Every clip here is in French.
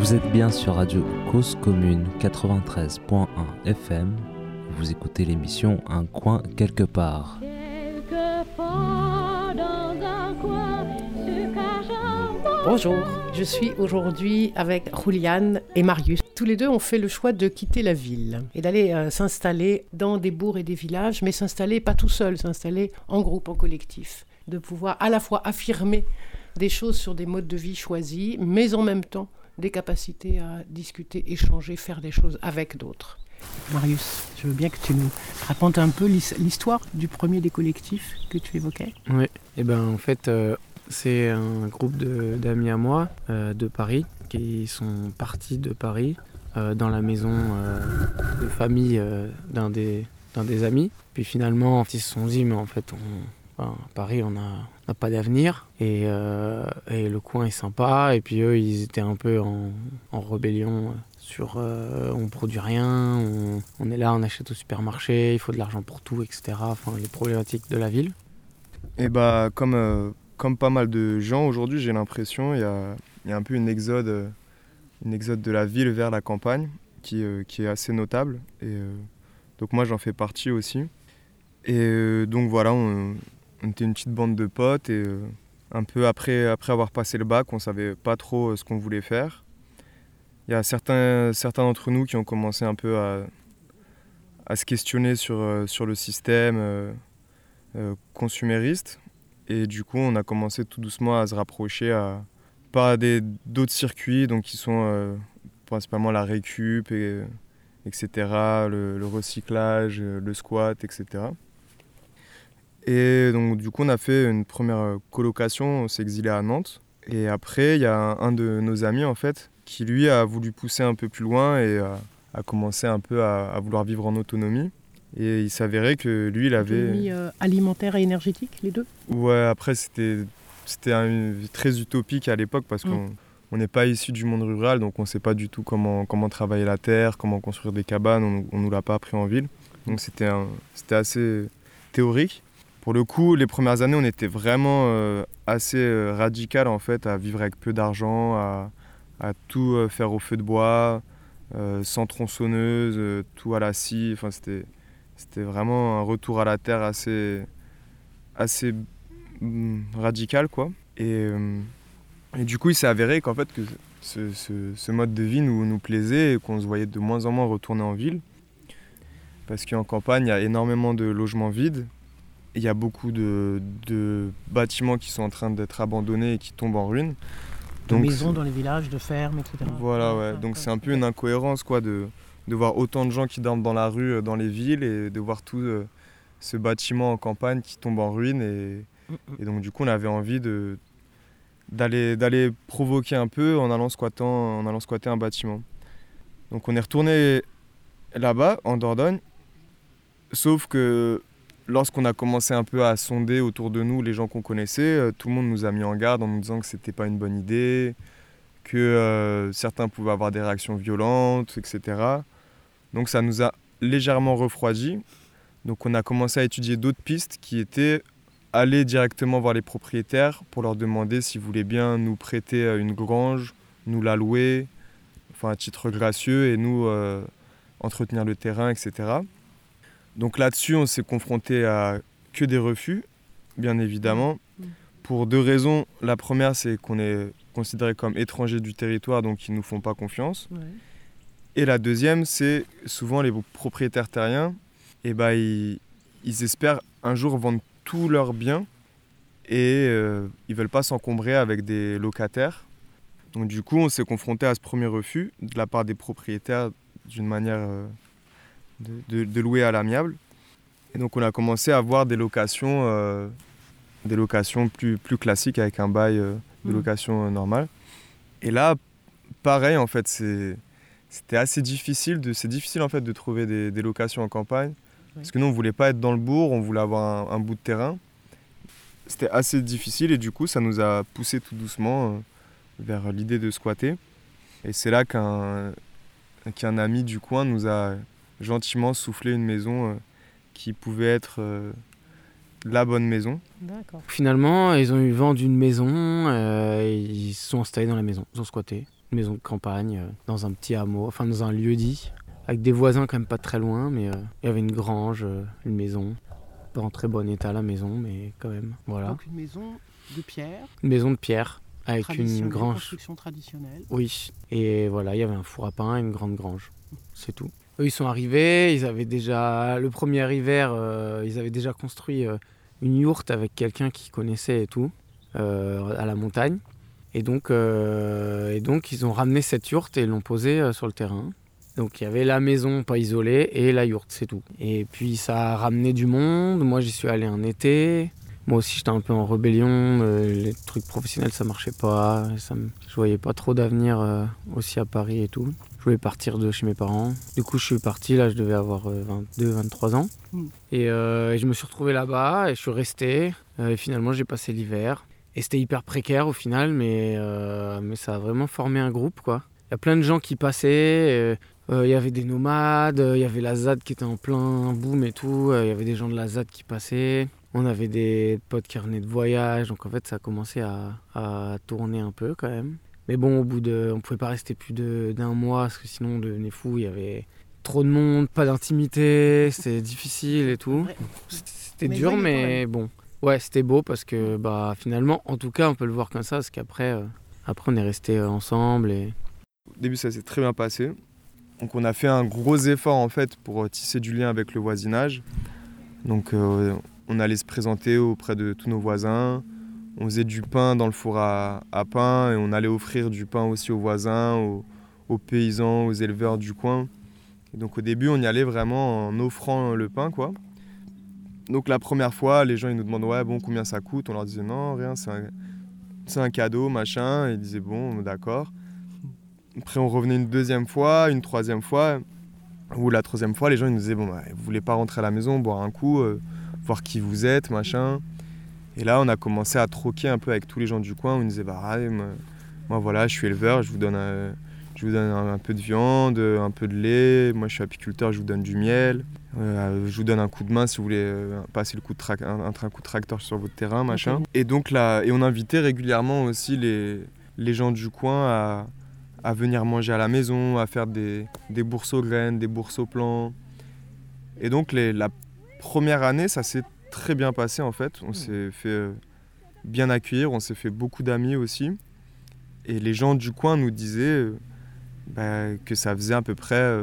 Vous êtes bien sur Radio Cause Commune 93.1 FM. Vous écoutez l'émission Un coin quelque part. Bonjour, je suis aujourd'hui avec Juliane et Marius. Tous les deux ont fait le choix de quitter la ville et d'aller s'installer dans des bourgs et des villages, mais s'installer pas tout seul, s'installer en groupe, en collectif. De pouvoir à la fois affirmer des choses sur des modes de vie choisis, mais en même temps des capacités à discuter, échanger, faire des choses avec d'autres. Marius, je veux bien que tu nous racontes un peu l'histoire du premier des collectifs que tu évoquais. Oui, et en fait, c'est un groupe d'amis à moi de Paris qui sont partis de Paris dans la maison de famille d'un des amis. Puis finalement, ils se sont dit, mais en fait, à Paris, on n'a pas d'avenir et le coin est sympa. Et puis eux, ils étaient un peu en rébellion sur on produit rien, on est là, on achète au supermarché, il faut de l'argent pour tout, etc. Enfin, les problématiques de la ville. Et comme pas mal de gens aujourd'hui, j'ai l'impression il y a un peu une exode de la ville vers la campagne qui est assez notable. Et donc moi, j'en fais partie aussi. Et donc voilà, on était une petite bande de potes et un peu après avoir passé le bac, on savait pas trop ce qu'on voulait faire. Il y a certains d'entre nous qui ont commencé un peu à se questionner sur le système consumériste. Et du coup, on a commencé tout doucement à se rapprocher par d'autres circuits, donc qui sont principalement la récup, etc., le recyclage, le squat, etc. Et donc du coup, on a fait une première colocation, on s'est exilé à Nantes. Et après, il y a un de nos amis, en fait, qui lui a voulu pousser un peu plus loin et a commencé un peu à vouloir vivre en autonomie. Et il s'avérait que lui, il avait... Autonomie alimentaire et énergétique, les deux ? Ouais, après, c'était très utopique à l'époque parce qu'on n'est pas issu du monde rural, donc on ne sait pas du tout comment travailler la terre, comment construire des cabanes, on ne nous l'a pas appris en ville. Donc c'était assez théorique. Pour le coup, les premières années, on était vraiment assez radical en fait, à vivre avec peu d'argent, à tout faire au feu de bois, sans tronçonneuse, tout à la scie. Enfin, c'était vraiment un retour à la terre assez radical, quoi. Et du coup, il s'est avéré qu'en fait, que ce mode de vie nous plaisait et qu'on se voyait de moins en moins retourner en ville. Parce qu'en campagne, il y a énormément de logements vides. Il y a beaucoup de bâtiments qui sont en train d'être abandonnés et qui tombent en ruine. De maisons dans les villages, de fermes, etc. Voilà, ouais. Donc c'est un peu une incohérence, quoi, de voir autant de gens qui dorment dans la rue, dans les villes, et de voir tout ce bâtiment en campagne qui tombe en ruine. Et donc du coup, on avait envie d'aller provoquer un peu en allant squatter un bâtiment. Donc on est retourné là-bas, en Dordogne, sauf que lorsqu'on a commencé un peu à sonder autour de nous les gens qu'on connaissait, tout le monde nous a mis en garde en nous disant que c'était pas une bonne idée, que certains pouvaient avoir des réactions violentes, etc. Donc ça nous a légèrement refroidis. Donc on a commencé à étudier d'autres pistes qui étaient aller directement voir les propriétaires pour leur demander s'ils voulaient bien nous prêter une grange, nous la louer, enfin à titre gracieux, et nous entretenir le terrain, etc. Donc là-dessus, on s'est confronté à que des refus, bien évidemment, pour deux raisons. La première, c'est qu'on est considéré comme étranger du territoire, donc ils ne nous font pas confiance. Ouais. Et la deuxième, c'est souvent les propriétaires terriens, ils espèrent un jour vendre tous leurs biens et ils ne veulent pas s'encombrer avec des locataires. Donc du coup, on s'est confronté à ce premier refus de la part des propriétaires d'une manière... De louer à l'amiable. Et donc on a commencé à avoir des locations plus classiques avec un bail de location normal. Et là, pareil, en fait, c'était assez difficile. C'est difficile en fait de trouver des locations en campagne. Parce que nous, on ne voulait pas être dans le bourg, on voulait avoir un bout de terrain. C'était assez difficile et du coup, ça nous a poussé tout doucement vers l'idée de squatter. Et c'est là qu'un ami du coin nous a gentiment soufflé une maison qui pouvait être la bonne maison. D'accord. Finalement, ils ont eu vent d'une maison et ils se sont installés dans la maison, ils ont squatté. une maison de campagne, dans un petit hameau, enfin dans un lieu-dit, avec des voisins quand même pas très loin, mais il y avait une grange, une maison. Pas en très bon état la maison, mais quand même, voilà. Donc une maison de pierre. Une maison de pierre, avec une grange. Construction traditionnelle. Oui, et voilà, il y avait un four à pain et une grande grange, c'est tout. Eux, ils sont arrivés, ils avaient déjà, le premier hiver, ils avaient déjà construit une yourte avec quelqu'un qu'ils connaissaient et tout, à la montagne. Et donc, ils ont ramené cette yourte et l'ont posée sur le terrain. Donc, il y avait la maison pas isolée et la yourte, c'est tout. Et puis, ça a ramené du monde. Moi, j'y suis allé un été. Moi aussi, j'étais un peu en rébellion. Les trucs professionnels, ça marchait pas. Je voyais pas trop d'avenir aussi à Paris et tout. Je voulais partir de chez mes parents. Du coup, je suis parti. Là, je devais avoir 22, 23 ans. Et je me suis retrouvé là-bas et je suis resté. Et finalement, j'ai passé l'hiver. Et c'était hyper précaire au final, mais ça a vraiment formé un groupe, quoi. Il y a plein de gens qui passaient. Il y avait des nomades. Il y avait la ZAD qui était en plein boom et tout. Il y avait des gens de la ZAD qui passaient. On avait des potes qui revenaient de voyage, donc en fait ça a commencé à tourner un peu quand même. Mais bon, on pouvait pas rester plus d'un mois, parce que sinon on devenait fou, il y avait trop de monde, pas d'intimité, c'était difficile et tout. C'était dur, mais bon. Ouais, c'était beau parce que finalement, en tout cas on peut le voir comme ça, parce qu'après on est restés ensemble. Au début ça s'est très bien passé. Donc on a fait un gros effort en fait pour tisser du lien avec le voisinage. Donc on allait se présenter auprès de tous nos voisins, on faisait du pain dans le four à pain et on allait offrir du pain aussi aux voisins, aux paysans, aux éleveurs du coin. Et donc au début on y allait vraiment en offrant le pain, quoi. Donc la première fois les gens ils nous demandent combien ça coûte, on leur disait non rien, c'est un cadeau machin, et ils disaient bon d'accord. Après on revenait une deuxième fois, une troisième fois, ou la troisième fois les gens ils nous disaient vous voulez pas rentrer à la maison, boire un coup, voir qui vous êtes, machin. Et là, on a commencé à troquer un peu avec tous les gens du coin. On nous disait, moi voilà, je suis éleveur, je vous donne un peu de viande, un peu de lait. Moi, je suis apiculteur, je vous donne du miel. Je vous donne un coup de main si vous voulez passer un coup de tracteur sur votre terrain, machin. Okay. Et donc là, on invitait régulièrement aussi les gens du coin à venir manger à la maison, à faire des bourses aux graines, des bourses aux plants. Et donc, la première année, ça s'est très bien passé en fait. On s'est fait bien accueillir, on s'est fait beaucoup d'amis aussi. Et les gens du coin nous disaient que ça faisait à peu près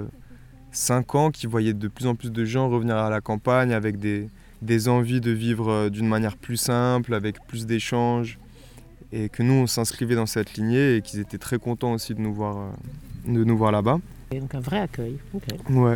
5 ans qu'ils voyaient de plus en plus de gens revenir à la campagne avec des envies de vivre d'une manière plus simple, avec plus d'échanges. Et que nous, on s'inscrivait dans cette lignée et qu'ils étaient très contents aussi de nous voir là-bas. Et donc un vrai accueil. Okay. Ouais.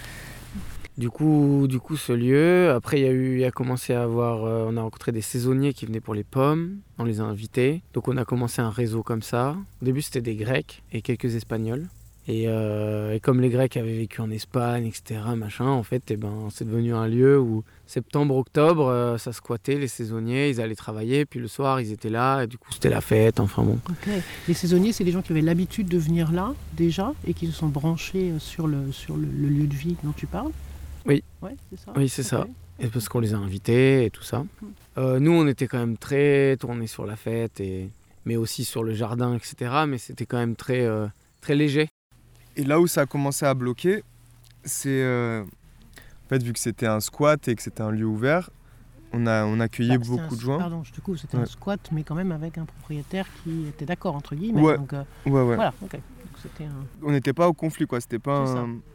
Du coup, ce lieu, après il a commencé à avoir, on a rencontré des saisonniers qui venaient pour les pommes, on les a invités, donc on a commencé un réseau comme ça. Au début c'était des Grecs et quelques Espagnols, et comme les Grecs avaient vécu en Espagne, etc., machin, en fait, c'est devenu un lieu où septembre, octobre, ça squattait les saisonniers, ils allaient travailler, puis le soir ils étaient là, et du coup c'était la fête, enfin bon. Okay. Les saisonniers, c'est les gens qui avaient l'habitude de venir là déjà, et qui se sont branchés sur le lieu de vie dont tu parles. Oui, ouais, c'est ça. Oui, c'est ça. Et parce qu'on les a invités et tout ça. Nous, on était quand même très tournés sur la fête, mais aussi sur le jardin, etc. Mais c'était quand même très, très léger. Et là où ça a commencé à bloquer, c'est... en fait, vu que c'était un squat et que c'était un lieu ouvert, on accueillait beaucoup de gens. Pardon, je te coupe, c'était un squat, mais quand même avec un propriétaire qui était d'accord, entre guillemets. Ouais, donc, ouais. Voilà, ok. Donc, c'était on n'était pas au conflit, quoi. C'était pas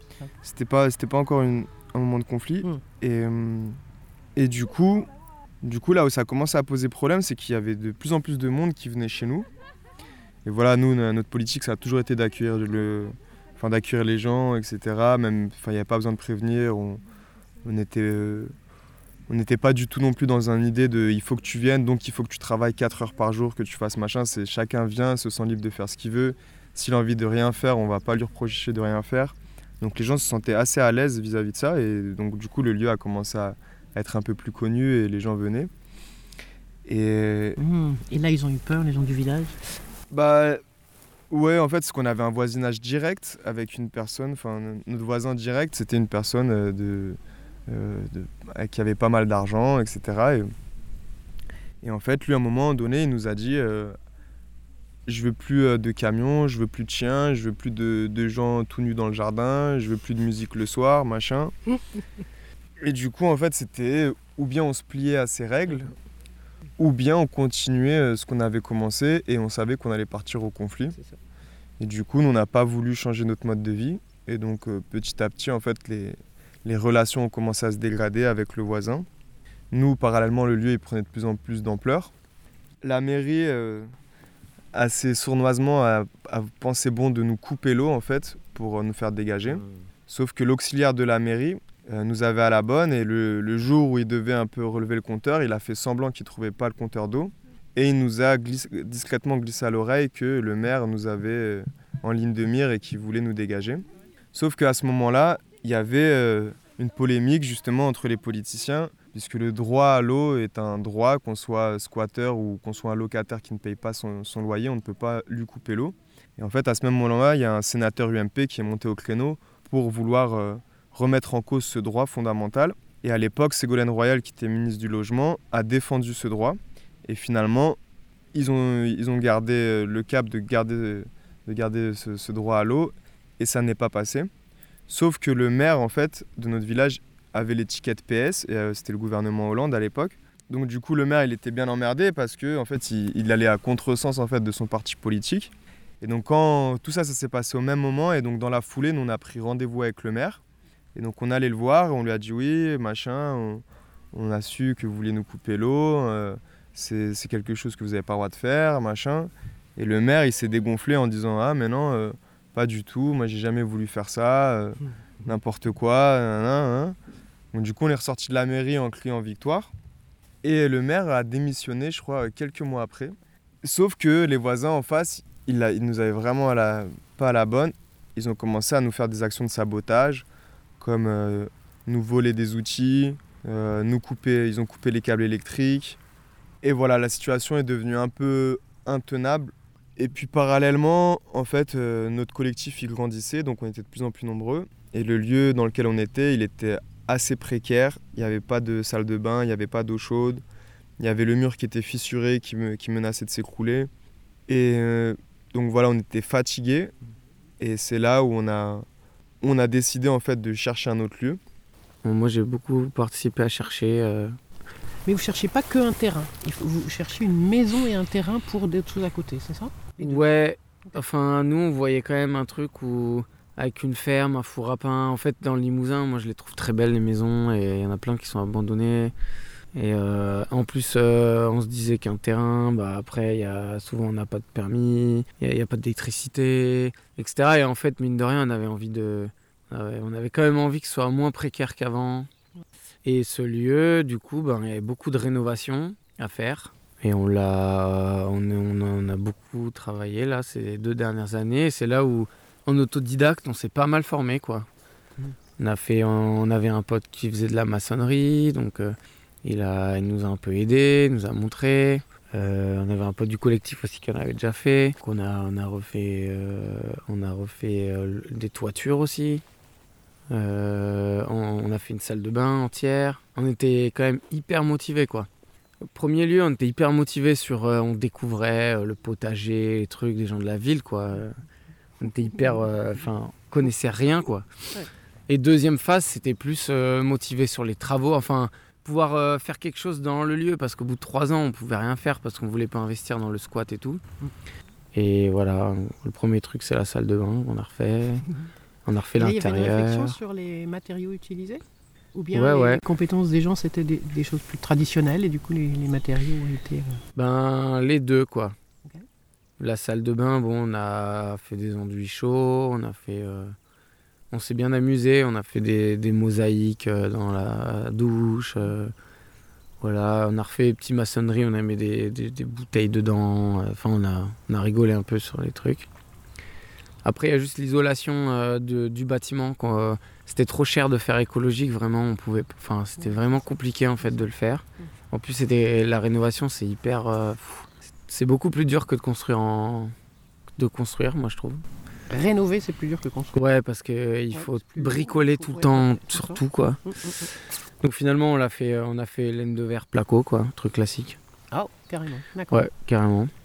encore un moment de conflit. Et du coup, là où ça a commencé à poser problème, c'est qu'il y avait de plus en plus de monde qui venait chez nous. Et voilà, nous, notre politique, ça a toujours été d'accueillir les gens, etc. Même, il n'y avait pas besoin de prévenir. On n'était pas du tout non plus dans une idée de il faut que tu viennes, donc il faut que tu travailles 4 heures par jour, que tu fasses machin. C'est chacun vient, se sent libre de faire ce qu'il veut. S'il a envie de rien faire, on ne va pas lui reprocher de rien faire. Donc les gens se sentaient assez à l'aise vis-à-vis de ça. Et donc du coup, le lieu a commencé à être un peu plus connu et les gens venaient. Et là, ils ont eu peur, les gens du village ? Ouais, en fait, c'est qu'on avait un voisinage direct avec une personne, notre voisin direct, c'était une personne qui avait pas mal d'argent, etc. Et en fait, lui, à un moment donné, il nous a dit je veux plus de camions, je veux plus de chiens, je veux plus de gens tout nus dans le jardin, je veux plus de musique le soir, machin. Et du coup, en fait, c'était ou bien on se pliait à ces règles, ou bien on continuait ce qu'on avait commencé et on savait qu'on allait partir au conflit. Et du coup, nous, on n'a pas voulu changer notre mode de vie. Et donc, petit à petit, en fait, les relations ont commencé à se dégrader avec le voisin. Nous, parallèlement, le lieu il prenait de plus en plus d'ampleur. La mairie, assez sournoisement, a pensé bon de nous couper l'eau, en fait, pour nous faire dégager. Sauf que l'auxiliaire de la mairie nous avait à la bonne et le jour où il devait un peu relever le compteur, il a fait semblant qu'il ne trouvait pas le compteur d'eau. Et il nous a discrètement glissé à l'oreille que le maire nous avait en ligne de mire et qu'il voulait nous dégager. Sauf qu'à ce moment-là, il y avait une polémique justement entre les politiciens, puisque le droit à l'eau est un droit, qu'on soit squatteur ou qu'on soit un locataire qui ne paye pas son loyer, on ne peut pas lui couper l'eau. Et en fait, à ce même moment-là, il y a un sénateur UMP qui est monté au créneau pour vouloir remettre en cause ce droit fondamental. Et à l'époque, Ségolène Royal, qui était ministre du Logement, a défendu ce droit. Et finalement, ils ont gardé le cap de garder ce droit à l'eau, et ça n'est pas passé. Sauf que le maire, en fait, de notre village avait l'étiquette PS, et c'était le gouvernement Hollande à l'époque. Donc du coup, le maire, il était bien emmerdé parce que en fait, il allait à contresens en fait de son parti politique. Et donc quand tout ça s'est passé au même moment, et donc dans la foulée, nous on a pris rendez-vous avec le maire. Et donc on allait le voir, et on lui a dit oui, machin, on a su que vous vouliez nous couper l'eau, c'est quelque chose que vous n'avez pas le droit de faire, machin. Et le maire, il s'est dégonflé en disant ah mais non, pas du tout, moi j'ai jamais voulu faire ça, n'importe quoi, nan. Donc du coup, on est ressorti de la mairie en criant victoire. Et le maire a démissionné, je crois, quelques mois après. Sauf que les voisins en face, ils nous avaient vraiment pas à la bonne. Ils ont commencé à nous faire des actions de sabotage, comme nous voler des outils, ils ont coupé les câbles électriques. Et voilà, la situation est devenue un peu intenable. Et puis parallèlement, en fait, notre collectif, il grandissait, donc on était de plus en plus nombreux. Et le lieu dans lequel on était, il était assez précaire. Il n'y avait pas de salle de bain, il n'y avait pas d'eau chaude. Il y avait le mur qui était fissuré, qui menaçait de s'écrouler. Et donc voilà, on était fatigués. Et c'est là où on a décidé en fait de chercher un autre lieu. Moi, j'ai beaucoup participé à chercher. Mais vous ne cherchez pas qu'un terrain. Vous cherchez une maison et un terrain pour des choses à côté, c'est ça? Ouais, enfin, nous, on voyait quand même un truc avec une ferme, un four à pain. En fait, dans le Limousin, moi, je les trouve très belles, les maisons. Et il y en a plein qui sont abandonnées. Et en plus, on se disait qu'un terrain, après, souvent, on n'a pas de permis, il n'y a pas d'électricité, etc. Et en fait, mine de rien, on avait quand même envie que ce soit moins précaire qu'avant. Et ce lieu, du coup, il y avait beaucoup de rénovations à faire. Et on en a beaucoup travaillé là, ces 2 dernières années. Et c'est là où, en autodidacte, on s'est pas mal formé, quoi. On avait un pote qui faisait de la maçonnerie, donc il nous a un peu aidés, nous a montré. On avait un pote du collectif aussi qui en avait déjà fait. Donc on a refait des toitures aussi. On a fait une salle de bain entière. On était quand même hyper motivés, quoi. Au premier lieu, on était hyper motivés on découvrait le potager, les trucs des gens de la ville, quoi. On était hyper... on connaissait rien, quoi. Ouais. Et deuxième phase, c'était plus motivé sur les travaux, pouvoir faire quelque chose dans le lieu, parce qu'au bout de 3 ans, on pouvait rien faire parce qu'on voulait pas investir dans le squat et tout. Et voilà, le premier truc, c'est la salle de bain qu'on a refait. On a refait l'intérieur. Il y avait une réflexion sur les matériaux utilisés? Ou bien les compétences des gens, c'était des choses plus traditionnelles et du coup, les matériaux ont été... Les deux, quoi. Okay. La salle de bain, on a fait des enduits chauds, on s'est bien amusé, on a fait des mosaïques dans la douche. Voilà, on a refait des petites maçonneries, on a mis des bouteilles dedans. On a rigolé un peu sur les trucs. Après, il y a juste l'isolation du bâtiment. C'était trop cher de faire écologique, vraiment. C'était vraiment compliqué en fait de le faire. En plus, la rénovation, c'est hyper... c'est beaucoup plus dur que de construire, moi je trouve. Rénover, c'est plus dur que construire. Ouais, parce qu'il faut bricoler tout le temps, surtout, quoi. Donc finalement, on a fait laine de verre placo, quoi, truc classique. Ah, carrément, d'accord. Ouais, carrément.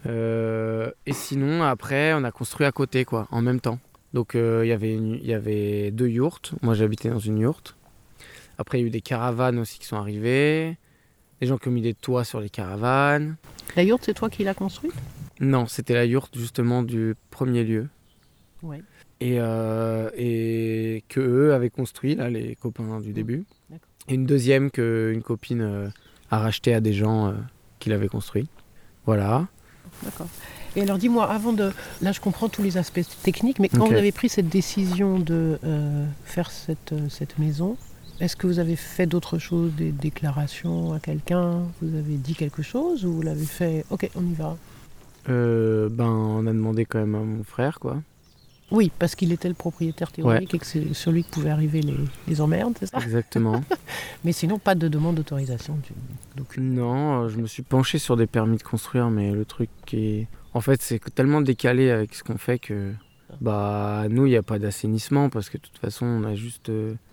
Et sinon, après, on a construit à côté, quoi, en même temps. Donc, il y avait 2 yourtes. Moi, j'habitais dans une yourte. Après, il y a eu des caravanes aussi qui sont arrivées. Des gens qui ont mis des toits sur les caravanes. La yourte, c'est toi qui l'as construite? Non, c'était la yourte, justement, du premier lieu. Ouais. Et que eux avaient construit, là, les copains du début. D'accord. Et une deuxième qu'une copine a racheté à des gens qui l'avaient construit. Voilà. D'accord. Et alors dis-moi, avant de... Là, je comprends tous les aspects techniques, mais quand Ok. vous avez pris cette décision de faire cette maison, est-ce que vous avez fait d'autres choses, des déclarations à quelqu'un? Vous avez dit quelque chose ou vous l'avez fait, ok, on y va? On a demandé quand même à mon frère, quoi. Oui, parce qu'il était le propriétaire théorique et que c'est sur lui que pouvaient arriver les emmerdes, c'est ça? Exactement. Mais sinon, pas de demande d'autorisation d'aucune. Non, je me suis penché sur des permis de construire, mais le truc est... En fait, c'est tellement décalé avec ce qu'on fait que... nous, il n'y a pas d'assainissement parce que de toute façon, on a juste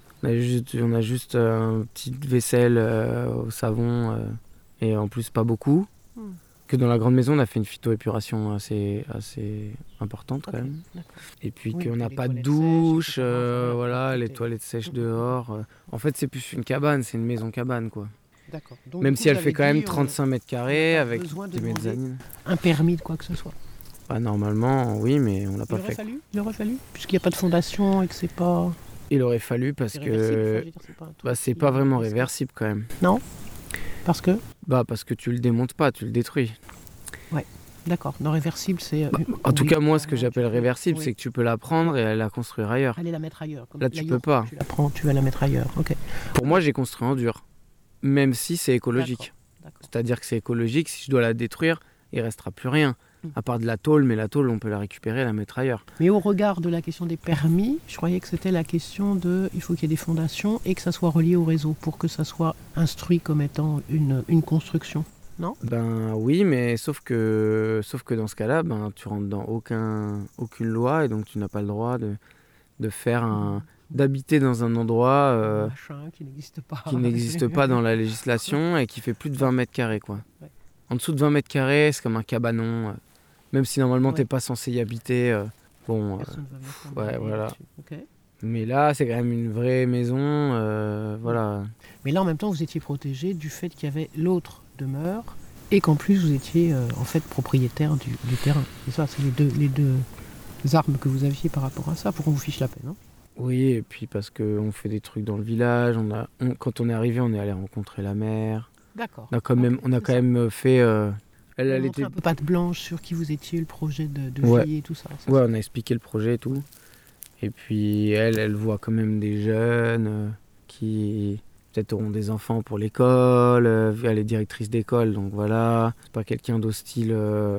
un petit vaisselle au savon et en plus pas beaucoup. Que dans la grande maison, on a fait une phytoépuration assez importante quand même. D'accord. Et puis Oui, qu'on n'a les pas de toilettes douche, sèches, etc. voilà, les toilettes sèches dehors. En fait, c'est plus une cabane, c'est une maison cabane, quoi. D'accord. Donc, Même du coup, si elle vous fait avez quand même dit, 35 mètres carrés pas avec besoin de des demander mezzanines. un permis de quoi que ce soit. Bah, normalement, oui, mais on l'a Il pas aurait fait. fallu. Il aurait fallu, puisqu'il n'y a pas de fondation et que c'est pas. Il aurait fallu parce C'est réversible, enfin, je que veux dire, c'est pas un truc c'est qui- pas vraiment réversible quand même. Parce que. Parce que tu le démontes pas, tu le détruis. D'accord. Non, réversible, c'est. En tout cas, moi, ce que obligatoirement, j'appelle tu peux- réversible, oui. c'est que tu peux la prendre et la construire ailleurs. Aller la mettre ailleurs. Comme Là, la tu peux yourte, pas. Tu la prends, tu vas la mettre ailleurs. Ok. Pour moi, j'ai construit en dur, même si c'est écologique. D'accord. C'est-à-dire que c'est écologique, si je dois la détruire, il restera plus rien. Mm. À part de la tôle, mais la tôle, on peut la récupérer et la mettre ailleurs. Mais au regard de la question des permis, je croyais que c'était la question de. Il faut qu'il y ait des fondations et que ça soit relié au réseau pour que ça soit instruit comme étant une construction. Oui, mais sauf que dans ce cas-là, tu rentres dans aucune loi et donc tu n'as pas le droit de faire d'habiter dans un endroit Machin qui n'existe pas. qui n'existe pas dans la législation et qui fait plus de 20 mètres carrés, quoi. Ouais. En dessous de 20 mètres carrés, c'est comme un cabanon. Même si normalement Ouais. t'es pas censé y habiter. Personne va venir ouais, t'emmerder voilà. là-dessus. Ok. Mais là, c'est quand même une vraie maison. Voilà. Mais là, en même temps, vous étiez protégé du fait qu'il y avait l'autre demeure et qu'en plus, vous étiez en fait propriétaire du terrain. C'est ça, c'est les deux armes que vous aviez par rapport à ça. Pour qu'on vous fiche la paix, non? Oui, et puis parce qu'on fait des trucs dans le village. Quand on est arrivé, on est allé rencontrer la mère. D'accord. On a quand même fait. Elle était. Un peu patte blanche sur qui vous étiez, le projet de Ouais. fille et tout ça. Ça, Ouais, on a expliqué le projet et tout. Et puis elle voit quand même des jeunes qui peut-être auront des enfants pour l'école. Elle est directrice d'école, donc voilà. C'est pas quelqu'un d'hostile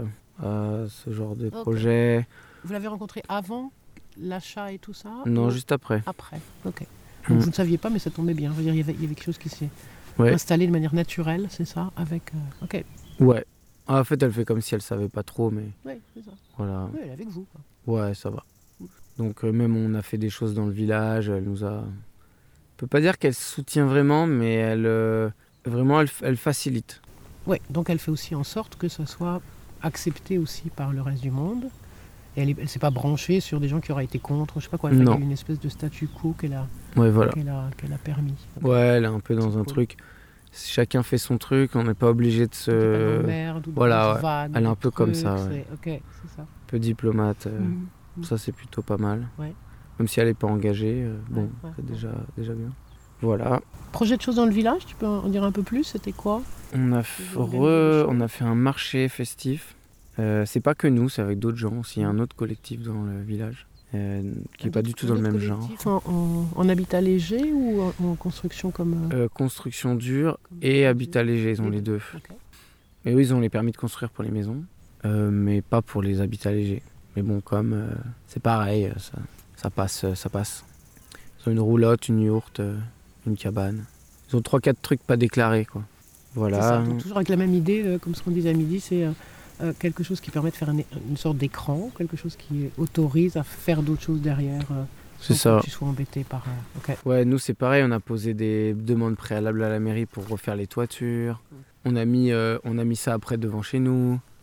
à ce genre de projet. Vous l'avez rencontré avant l'achat et tout ça? Non, ou juste après. après. Ok. Donc Mm. vous ne saviez pas, mais ça tombait bien. Je veux dire, il y avait quelque chose qui s'est Ouais. installé de manière naturelle, c'est ça? Avec. Ok. Ouais. En fait, elle fait comme si elle savait pas trop, mais Oui, c'est ça. voilà. Oui, elle est avec vous, quoi. Ouais, ça va. Donc même on a fait des choses dans le village, elle nous a... Je peux pas dire qu'elle soutient vraiment, mais elle facilite. Oui, donc elle fait aussi en sorte que ça soit accepté aussi par le reste du monde. Et elle s'est pas branchée sur des gens qui auraient été contre, je sais pas quoi. Il y a Non. une espèce de statu quo qu'elle a, Ouais, voilà. qu'elle a permis. Ouais, elle est un peu dans C'est un cool. truc. Chacun fait son truc, on n'est pas obligé de Pas de se... merde ou de voilà, grosses ouais. vannes, Elle est un de peu comme trucs, ça, ouais. Ok, c'est ça. Un peu diplomate. Mhm. Ça, c'est plutôt pas mal. Ouais. Même si elle n'est pas engagée, bon, ouais, c'est ouais. déjà bien. Voilà. Projet de choses dans le village, tu peux en dire un peu plus? C'était quoi? On a fait un marché festif. C'est pas que nous, c'est avec d'autres gens aussi. Il y a un autre collectif dans le village qui n'est pas du tout dans le même genre. En habitat léger ou en construction comme... Construction dure et habitat léger, ils ont les deux. Ok. Mais eux, ils ont les permis de construire pour les maisons, mais pas pour les habitats légers. Mais bon, comme c'est pareil, ça passe. Ils ont une roulotte, une yourte, une cabane. Ils ont 3-4 trucs pas déclarés, quoi. C'est Voilà. ça, donc toujours avec la même idée, comme ce qu'on disait à midi, c'est quelque chose qui permet de faire une sorte d'écran, quelque chose qui autorise à faire d'autres choses derrière. C'est sans ça. que tu sois embêté par... ok. Ouais, nous c'est pareil, on a posé des demandes préalables à la mairie pour refaire les toitures. On a mis ça après devant chez nous.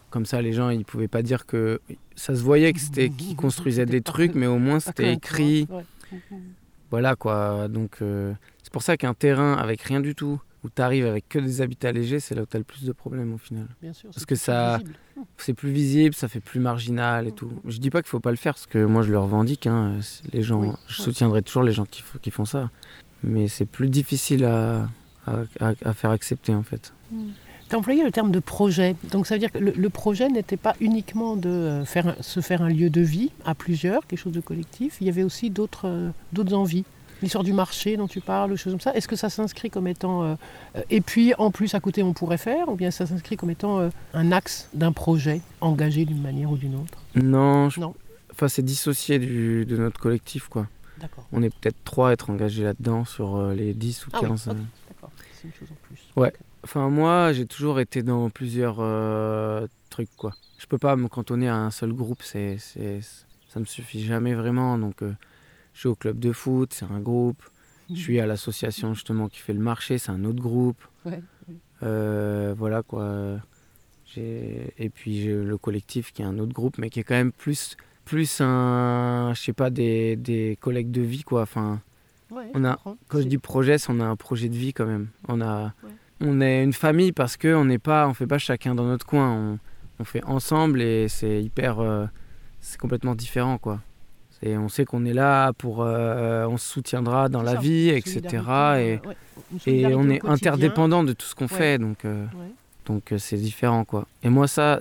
Comme ça, les gens, ils pouvaient pas dire que... Ça se voyait qu'ils construisaient des trucs, mais au moins c'était écrit. Ouais. Voilà quoi. Donc c'est pour ça qu'un terrain avec rien du tout, où tu arrives avec que des habitats légers, c'est là où tu as le plus de problèmes au final. Bien sûr, parce que c'est plus visible, ça fait plus marginal et tout. Je dis pas qu'il faut pas le faire, parce que moi je le revendique. Les gens, je soutiendrai toujours les gens qui font ça. Mais c'est plus difficile à faire accepter en fait. Tu as employé le terme de projet. Donc ça veut dire que le projet n'était pas uniquement de se faire un lieu de vie à plusieurs, quelque chose de collectif. Il y avait aussi d'autres envies. L'histoire du marché dont tu parles, choses comme ça. Est-ce que ça s'inscrit comme étant... et puis en plus à côté on pourrait faire, ou bien ça s'inscrit comme étant un axe d'un projet engagé d'une manière ou d'une autre? Non. Enfin c'est dissocié de notre collectif quoi. D'accord. On est peut-être 3 à être engagés là-dedans sur les 10 ou 15. Oui, okay. D'accord, c'est une chose en plus. Ouais. Okay. Enfin, moi, j'ai toujours été dans plusieurs trucs, quoi. Je peux pas me cantonner à un seul groupe, ça me suffit jamais vraiment. Donc, je suis au club de foot, c'est un groupe. Je suis à l'association, justement, qui fait le marché, c'est un autre groupe. Ouais. Voilà, quoi. Et puis, j'ai le collectif, qui est un autre groupe, mais qui est quand même plus un... Je sais pas, des collègues de vie, quoi. Enfin, quand je dis projet, on a un projet de vie, quand même. On est une famille parce qu'on fait pas chacun dans notre coin, on fait ensemble et c'est c'est complètement différent quoi. On sait qu'on est là pour, on se soutiendra dans la vie, etc. Et on est interdépendant de tout ce qu'on fait, donc c'est différent quoi. Et moi c'est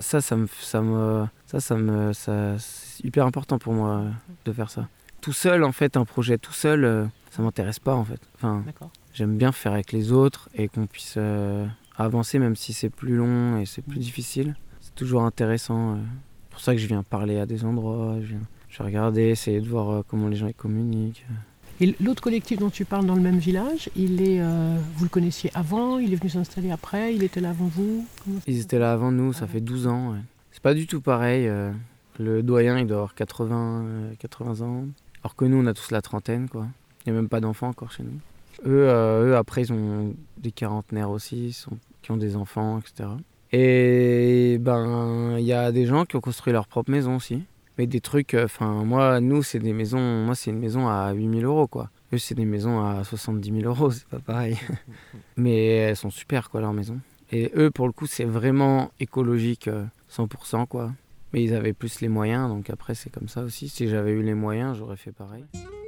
hyper important pour moi de faire ça. Tout seul en fait, un projet tout seul, ça m'intéresse pas en fait. Enfin, d'accord. J'aime bien faire avec les autres et qu'on puisse avancer même si c'est plus long et c'est plus difficile. C'est toujours intéressant. C'est pour ça que je viens parler à des endroits, je vais regarder, essayer de voir comment les gens y communiquent. Et l'autre collectif dont tu parles dans le même village, vous le connaissiez avant, il est venu s'installer après, il était là avant vous? Ils étaient là avant nous, ça fait 12 ans. Ouais. C'est pas du tout pareil. Le doyen, il doit avoir 80 ans. Alors que nous, on a tous la trentaine, quoi. Il n'y a même pas d'enfants encore chez nous. Eux, après, ils ont des quarantenaires aussi, qui ont des enfants, etc. Et il y a des gens qui ont construit leur propre maison aussi. Mais des trucs, nous, c'est des maisons, moi, c'est une maison à 8 000 €, quoi. Eux, c'est des maisons à 70 000 €, c'est pas pareil. Mais elles sont super, quoi, leurs maisons. Et eux, pour le coup, c'est vraiment écologique, 100%, quoi. Mais ils avaient plus les moyens, donc après, c'est comme ça aussi. Si j'avais eu les moyens, j'aurais fait pareil.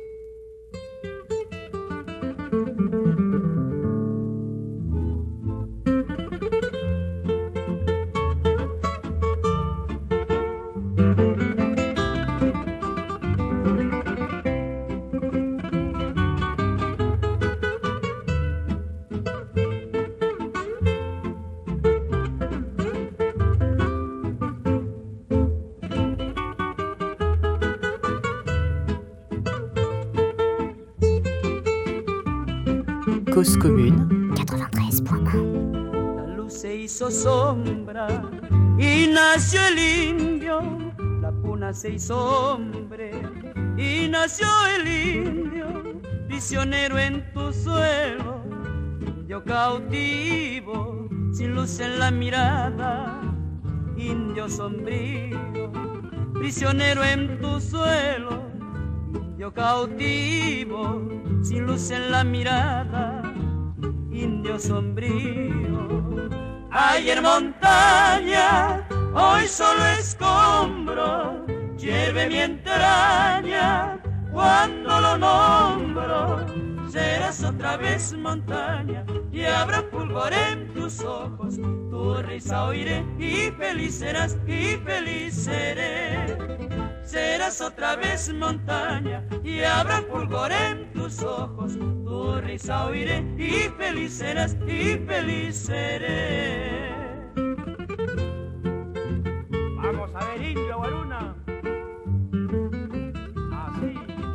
Cause commune 93.1. La luz se hizo sombra y nació el indio, la puna se hizo hombre y nació el indio, prisionero en tu suelo, indio cautivo, sin luz en la mirada, indio sombrío, prisionero en tu suelo, indio cautivo, sin luz en la mirada, indio sombrío. Ayer montaña, hoy solo escombro, lleve mi entraña cuando lo nombro. Serás otra vez montaña y habrá fulgor en tus ojos, tu risa oiré y feliz serás y feliz seré. Serás otra vez montaña y habrá fulgor en tus ojos, tu risa oiré y feliz serás y feliz seré. Vamos a ver indio Guaruna. Así.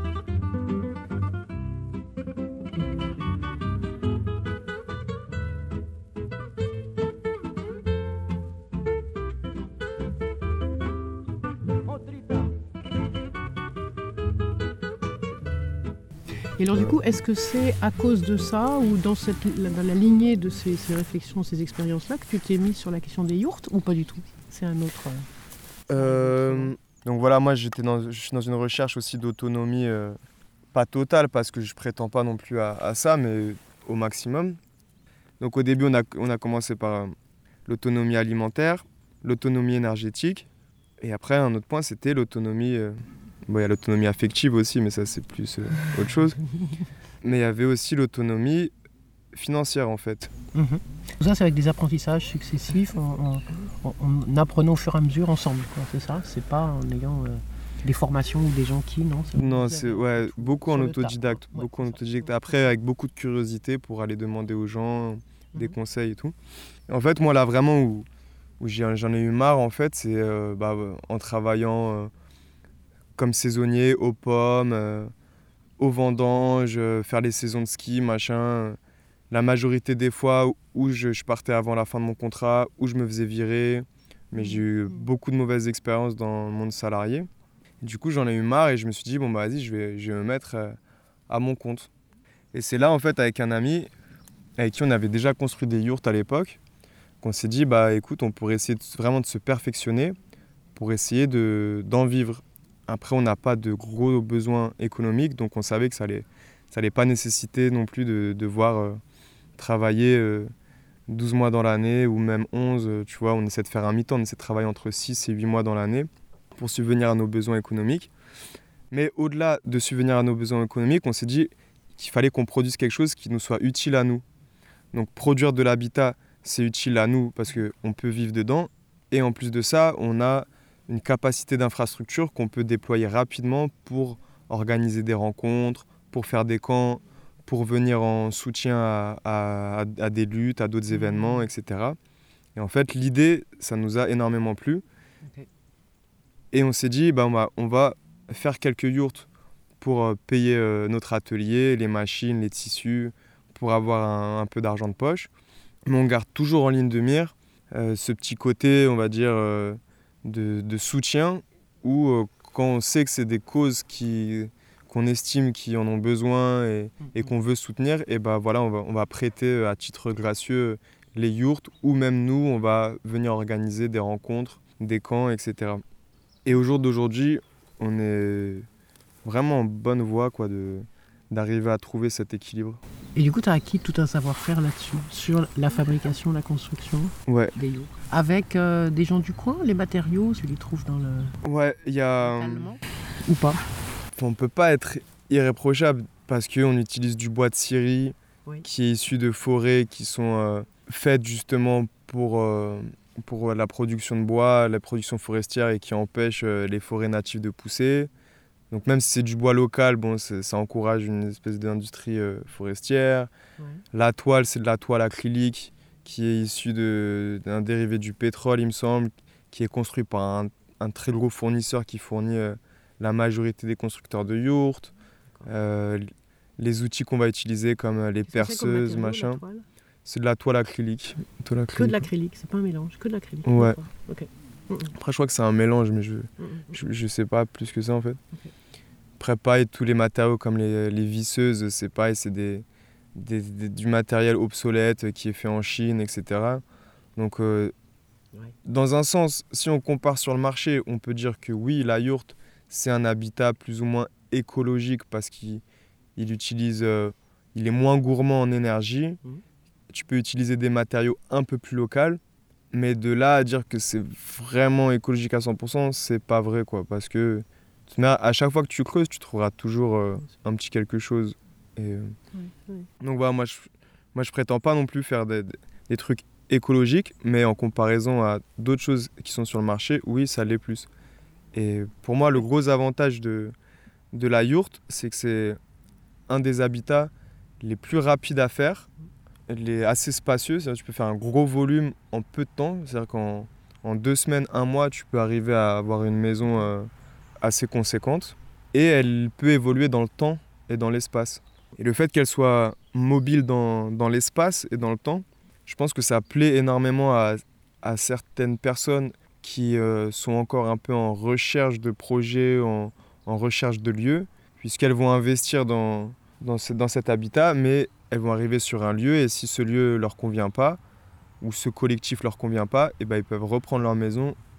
Et alors du coup, est-ce que c'est à cause de ça ou dans la lignée de ces réflexions, ces expériences-là que tu t'es mis sur la question des yourtes ou pas du tout? c'est un autre. Donc voilà, moi je suis dans une recherche aussi d'autonomie, pas totale parce que je prétends pas non plus à ça, mais au maximum. Donc au début on a commencé par l'autonomie alimentaire, l'autonomie énergétique, et après un autre point c'était l'autonomie, bon il y a l'autonomie affective aussi, mais ça c'est plus autre chose. Mais il y avait aussi l'autonomie financière en fait. Tout ça, c'est avec des apprentissages successifs, en apprenant au fur et à mesure ensemble, quoi, c'est ça? C'est pas en ayant des formations ou des gens qui, non? Non, c'est beaucoup en autodidacte. Ouais, beaucoup en autodidacte. Après, avec beaucoup de curiosité pour aller demander aux gens des conseils et tout. Et en fait, moi, là, vraiment, où j'en ai eu marre, en fait, c'est en travaillant comme saisonnier aux pommes, aux vendanges, faire les saisons de ski, machin. La majorité des fois où je partais avant la fin de mon contrat, où je me faisais virer. Mais j'ai eu beaucoup de mauvaises expériences dans le monde salarié. Du coup, j'en ai eu marre et je me suis dit, bon, bah vas-y, je vais me mettre à mon compte. Et c'est là, en fait, avec un ami avec qui on avait déjà construit des yurts à l'époque, qu'on s'est dit, bah écoute, on pourrait essayer vraiment de se perfectionner pour essayer d'en vivre. Après, on n'a pas de gros besoins économiques, donc on savait que ça allait pas nécessiter non plus de devoir travailler 12 mois dans l'année ou même 11, tu vois, on essaie de faire un mi-temps, on essaie de travailler entre 6 et 8 mois dans l'année pour subvenir à nos besoins économiques. Mais au-delà de subvenir à nos besoins économiques, on s'est dit qu'il fallait qu'on produise quelque chose qui nous soit utile à nous. Donc produire de l'habitat, c'est utile à nous parce qu'on peut vivre dedans. Et en plus de ça, on a une capacité d'infrastructure qu'on peut déployer rapidement pour organiser des rencontres, pour faire des camps, pour venir en soutien à des luttes, à d'autres événements, etc. Et en fait, l'idée, ça nous a énormément plu. Okay. Et on s'est dit, on va faire quelques yurts pour payer notre atelier, les machines, les tissus, pour avoir un peu d'argent de poche. Mais on garde toujours en ligne de mire ce petit côté, on va dire, de soutien, où quand on sait que c'est des causes qu'on estime qui en ont besoin et qu'on veut soutenir, et voilà, on va prêter à titre gracieux les yurts, ou même nous, on va venir organiser des rencontres, des camps, etc. Et au jour d'aujourd'hui, on est vraiment en bonne voie d'arriver à trouver cet équilibre. Et du coup, tu as acquis tout un savoir-faire là-dessus, sur la fabrication, la construction des yurts. Avec des gens du coin, les matériaux, tu les trouves dans le... Ouais, il y a... Ou pas? On ne peut pas être irréprochable parce qu'on utilise du bois de scierie qui est issu de forêts qui sont faites justement pour la production de bois, la production forestière et qui empêchent les forêts natives de pousser. Donc même si c'est du bois local, ça encourage une espèce d'industrie forestière. Ouais. La toile, c'est de la toile acrylique qui est issue d'un dérivé du pétrole, il me semble, qui est construit par un très gros fournisseur qui fournit la majorité des constructeurs de yurts. Les outils qu'on va utiliser comme les perceuses, machin. C'est de la toile acrylique. Que de l'acrylique, c'est pas un mélange, que de l'acrylique. Ouais. Okay. Après, je crois que c'est un mélange, mais je sais pas plus que ça en fait. Okay. Après, pareil, tous les matériaux comme les visseuses, c'est pareil, c'est du matériel obsolète qui est fait en Chine, etc. Donc, dans un sens, si on compare sur le marché, on peut dire que oui, la yourte, c'est un habitat plus ou moins écologique parce qu'il utilise, il est moins gourmand en énergie. Tu peux utiliser des matériaux un peu plus locaux. Mais de là à dire que c'est vraiment écologique à 100%, c'est pas vrai, quoi. Parce que à chaque fois que tu creuses, tu trouveras toujours un petit quelque chose. Et, donc voilà, moi je prétends pas non plus faire des trucs écologiques, mais en comparaison à d'autres choses qui sont sur le marché, oui, ça l'est plus. Et pour moi, le gros avantage de la yourte, c'est que c'est un des habitats les plus rapides à faire. Elle est assez spacieuse, c'est-à-dire que tu peux faire un gros volume en peu de temps. C'est-à-dire qu'en 2 semaines, 1 mois, tu peux arriver à avoir une maison assez conséquente. Et elle peut évoluer dans le temps et dans l'espace. Et le fait qu'elle soit mobile dans l'espace et dans le temps, je pense que ça plaît énormément à certaines personnes qui sont encore un peu en recherche de projets, en recherche de lieux, puisqu'elles vont investir dans cet habitat, mais elles vont arriver sur un lieu et si ce lieu leur convient pas ou ce collectif leur convient pas, et ils peuvent reprendre leur maison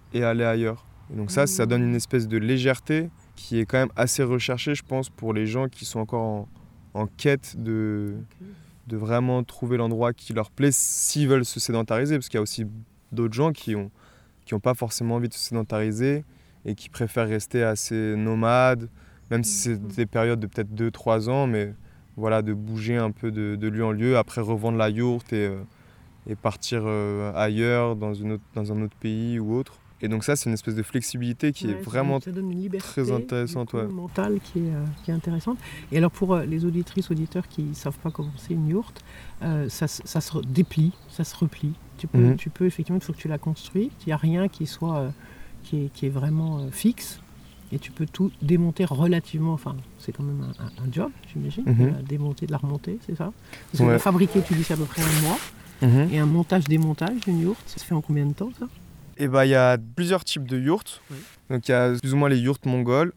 et aller ailleurs. Et donc ça donne une espèce de légèreté qui est quand même assez recherchée, je pense, pour les gens qui sont encore en quête de vraiment trouver l'endroit qui leur plaît s'ils veulent se sédentariser, parce qu'il y a aussi d'autres gens qui ont pas forcément envie de se sédentariser et qui préfèrent rester assez nomades, même si c'est des périodes de peut-être 2-3 ans, mais voilà, de bouger un peu de lieu en lieu, après revendre la yourte et partir ailleurs, dans un autre pays ou autre. Et donc ça, c'est une espèce de flexibilité qui est vraiment ça donne une liberté, très intéressante. Mentale qui est intéressante. Et alors pour les auditrices, auditeurs qui ne savent pas comment c'est une yourte, ça se déplie, ça se replie. Tu peux effectivement, il faut que tu la construis, qu'il n'y a rien qui soit qui est vraiment fixe. Et tu peux tout démonter relativement, enfin c'est quand même un job, j'imagine, de la démonter, de la remonter, c'est ça? Parce que la fabriquer, tu dis c'est à peu près 1 mois. Et un montage-démontage d'une yourte, ça se fait en combien de temps ça? Et il y a plusieurs types de yourtes. Oui. Donc il y a plus ou moins les yourtes mongoles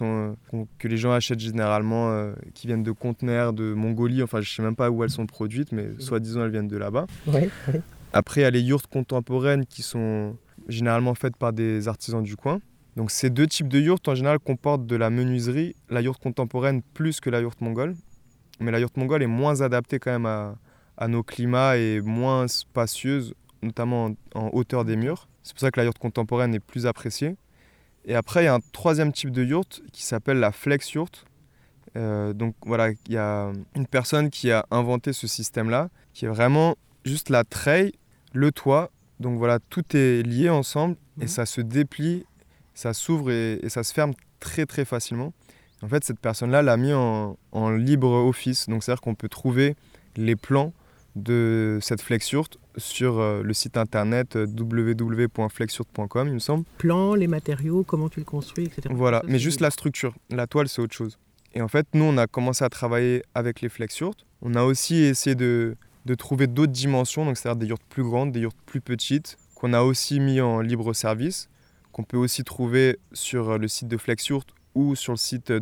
que les gens achètent généralement, qui viennent de conteneurs de Mongolie. Enfin, je sais même pas où elles sont produites, mais soi-disant elles viennent de là-bas. Oui. Après, il y a les yourtes contemporaines qui sont généralement faites par des artisans du coin. Donc ces 2 types de yourtes en général comportent de la menuiserie. La yourte contemporaine plus que la yourte mongole. Mais la yourte mongole est moins adaptée quand même à nos climats et moins spacieuse, notamment en hauteur des murs. C'est pour ça que la yourte contemporaine est plus appréciée. Et après, il y a un 3e type de yourte qui s'appelle la flex yourte. Donc voilà, il y a une personne qui a inventé ce système-là, qui est vraiment juste la treille, le toit. Donc voilà, tout est lié ensemble et ça se déplie, ça s'ouvre et ça se ferme très très facilement. En fait, cette personne-là l'a mis en libre office. Donc c'est-à-dire qu'on peut trouver les plans de cette flex-yourte sur le site internet www.flexyourte.com, il me semble. Plans, les matériaux, comment tu le construis, etc. Voilà, ça, mais juste la structure. La toile, c'est autre chose. Et en fait, nous, on a commencé à travailler avec les flex-yourtes. On a aussi essayé de trouver d'autres dimensions, donc c'est-à-dire des yourtes plus grandes, des yourtes plus petites, qu'on a aussi mis en libre service, qu'on peut aussi trouver sur le site de Flexyourte ou sur le site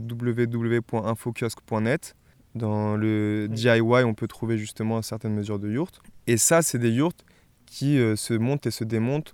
www.infokiosque.net. Dans le DIY, on peut trouver justement certaines mesures de yourtes. Et ça, c'est des yourtes qui se montent et se démontent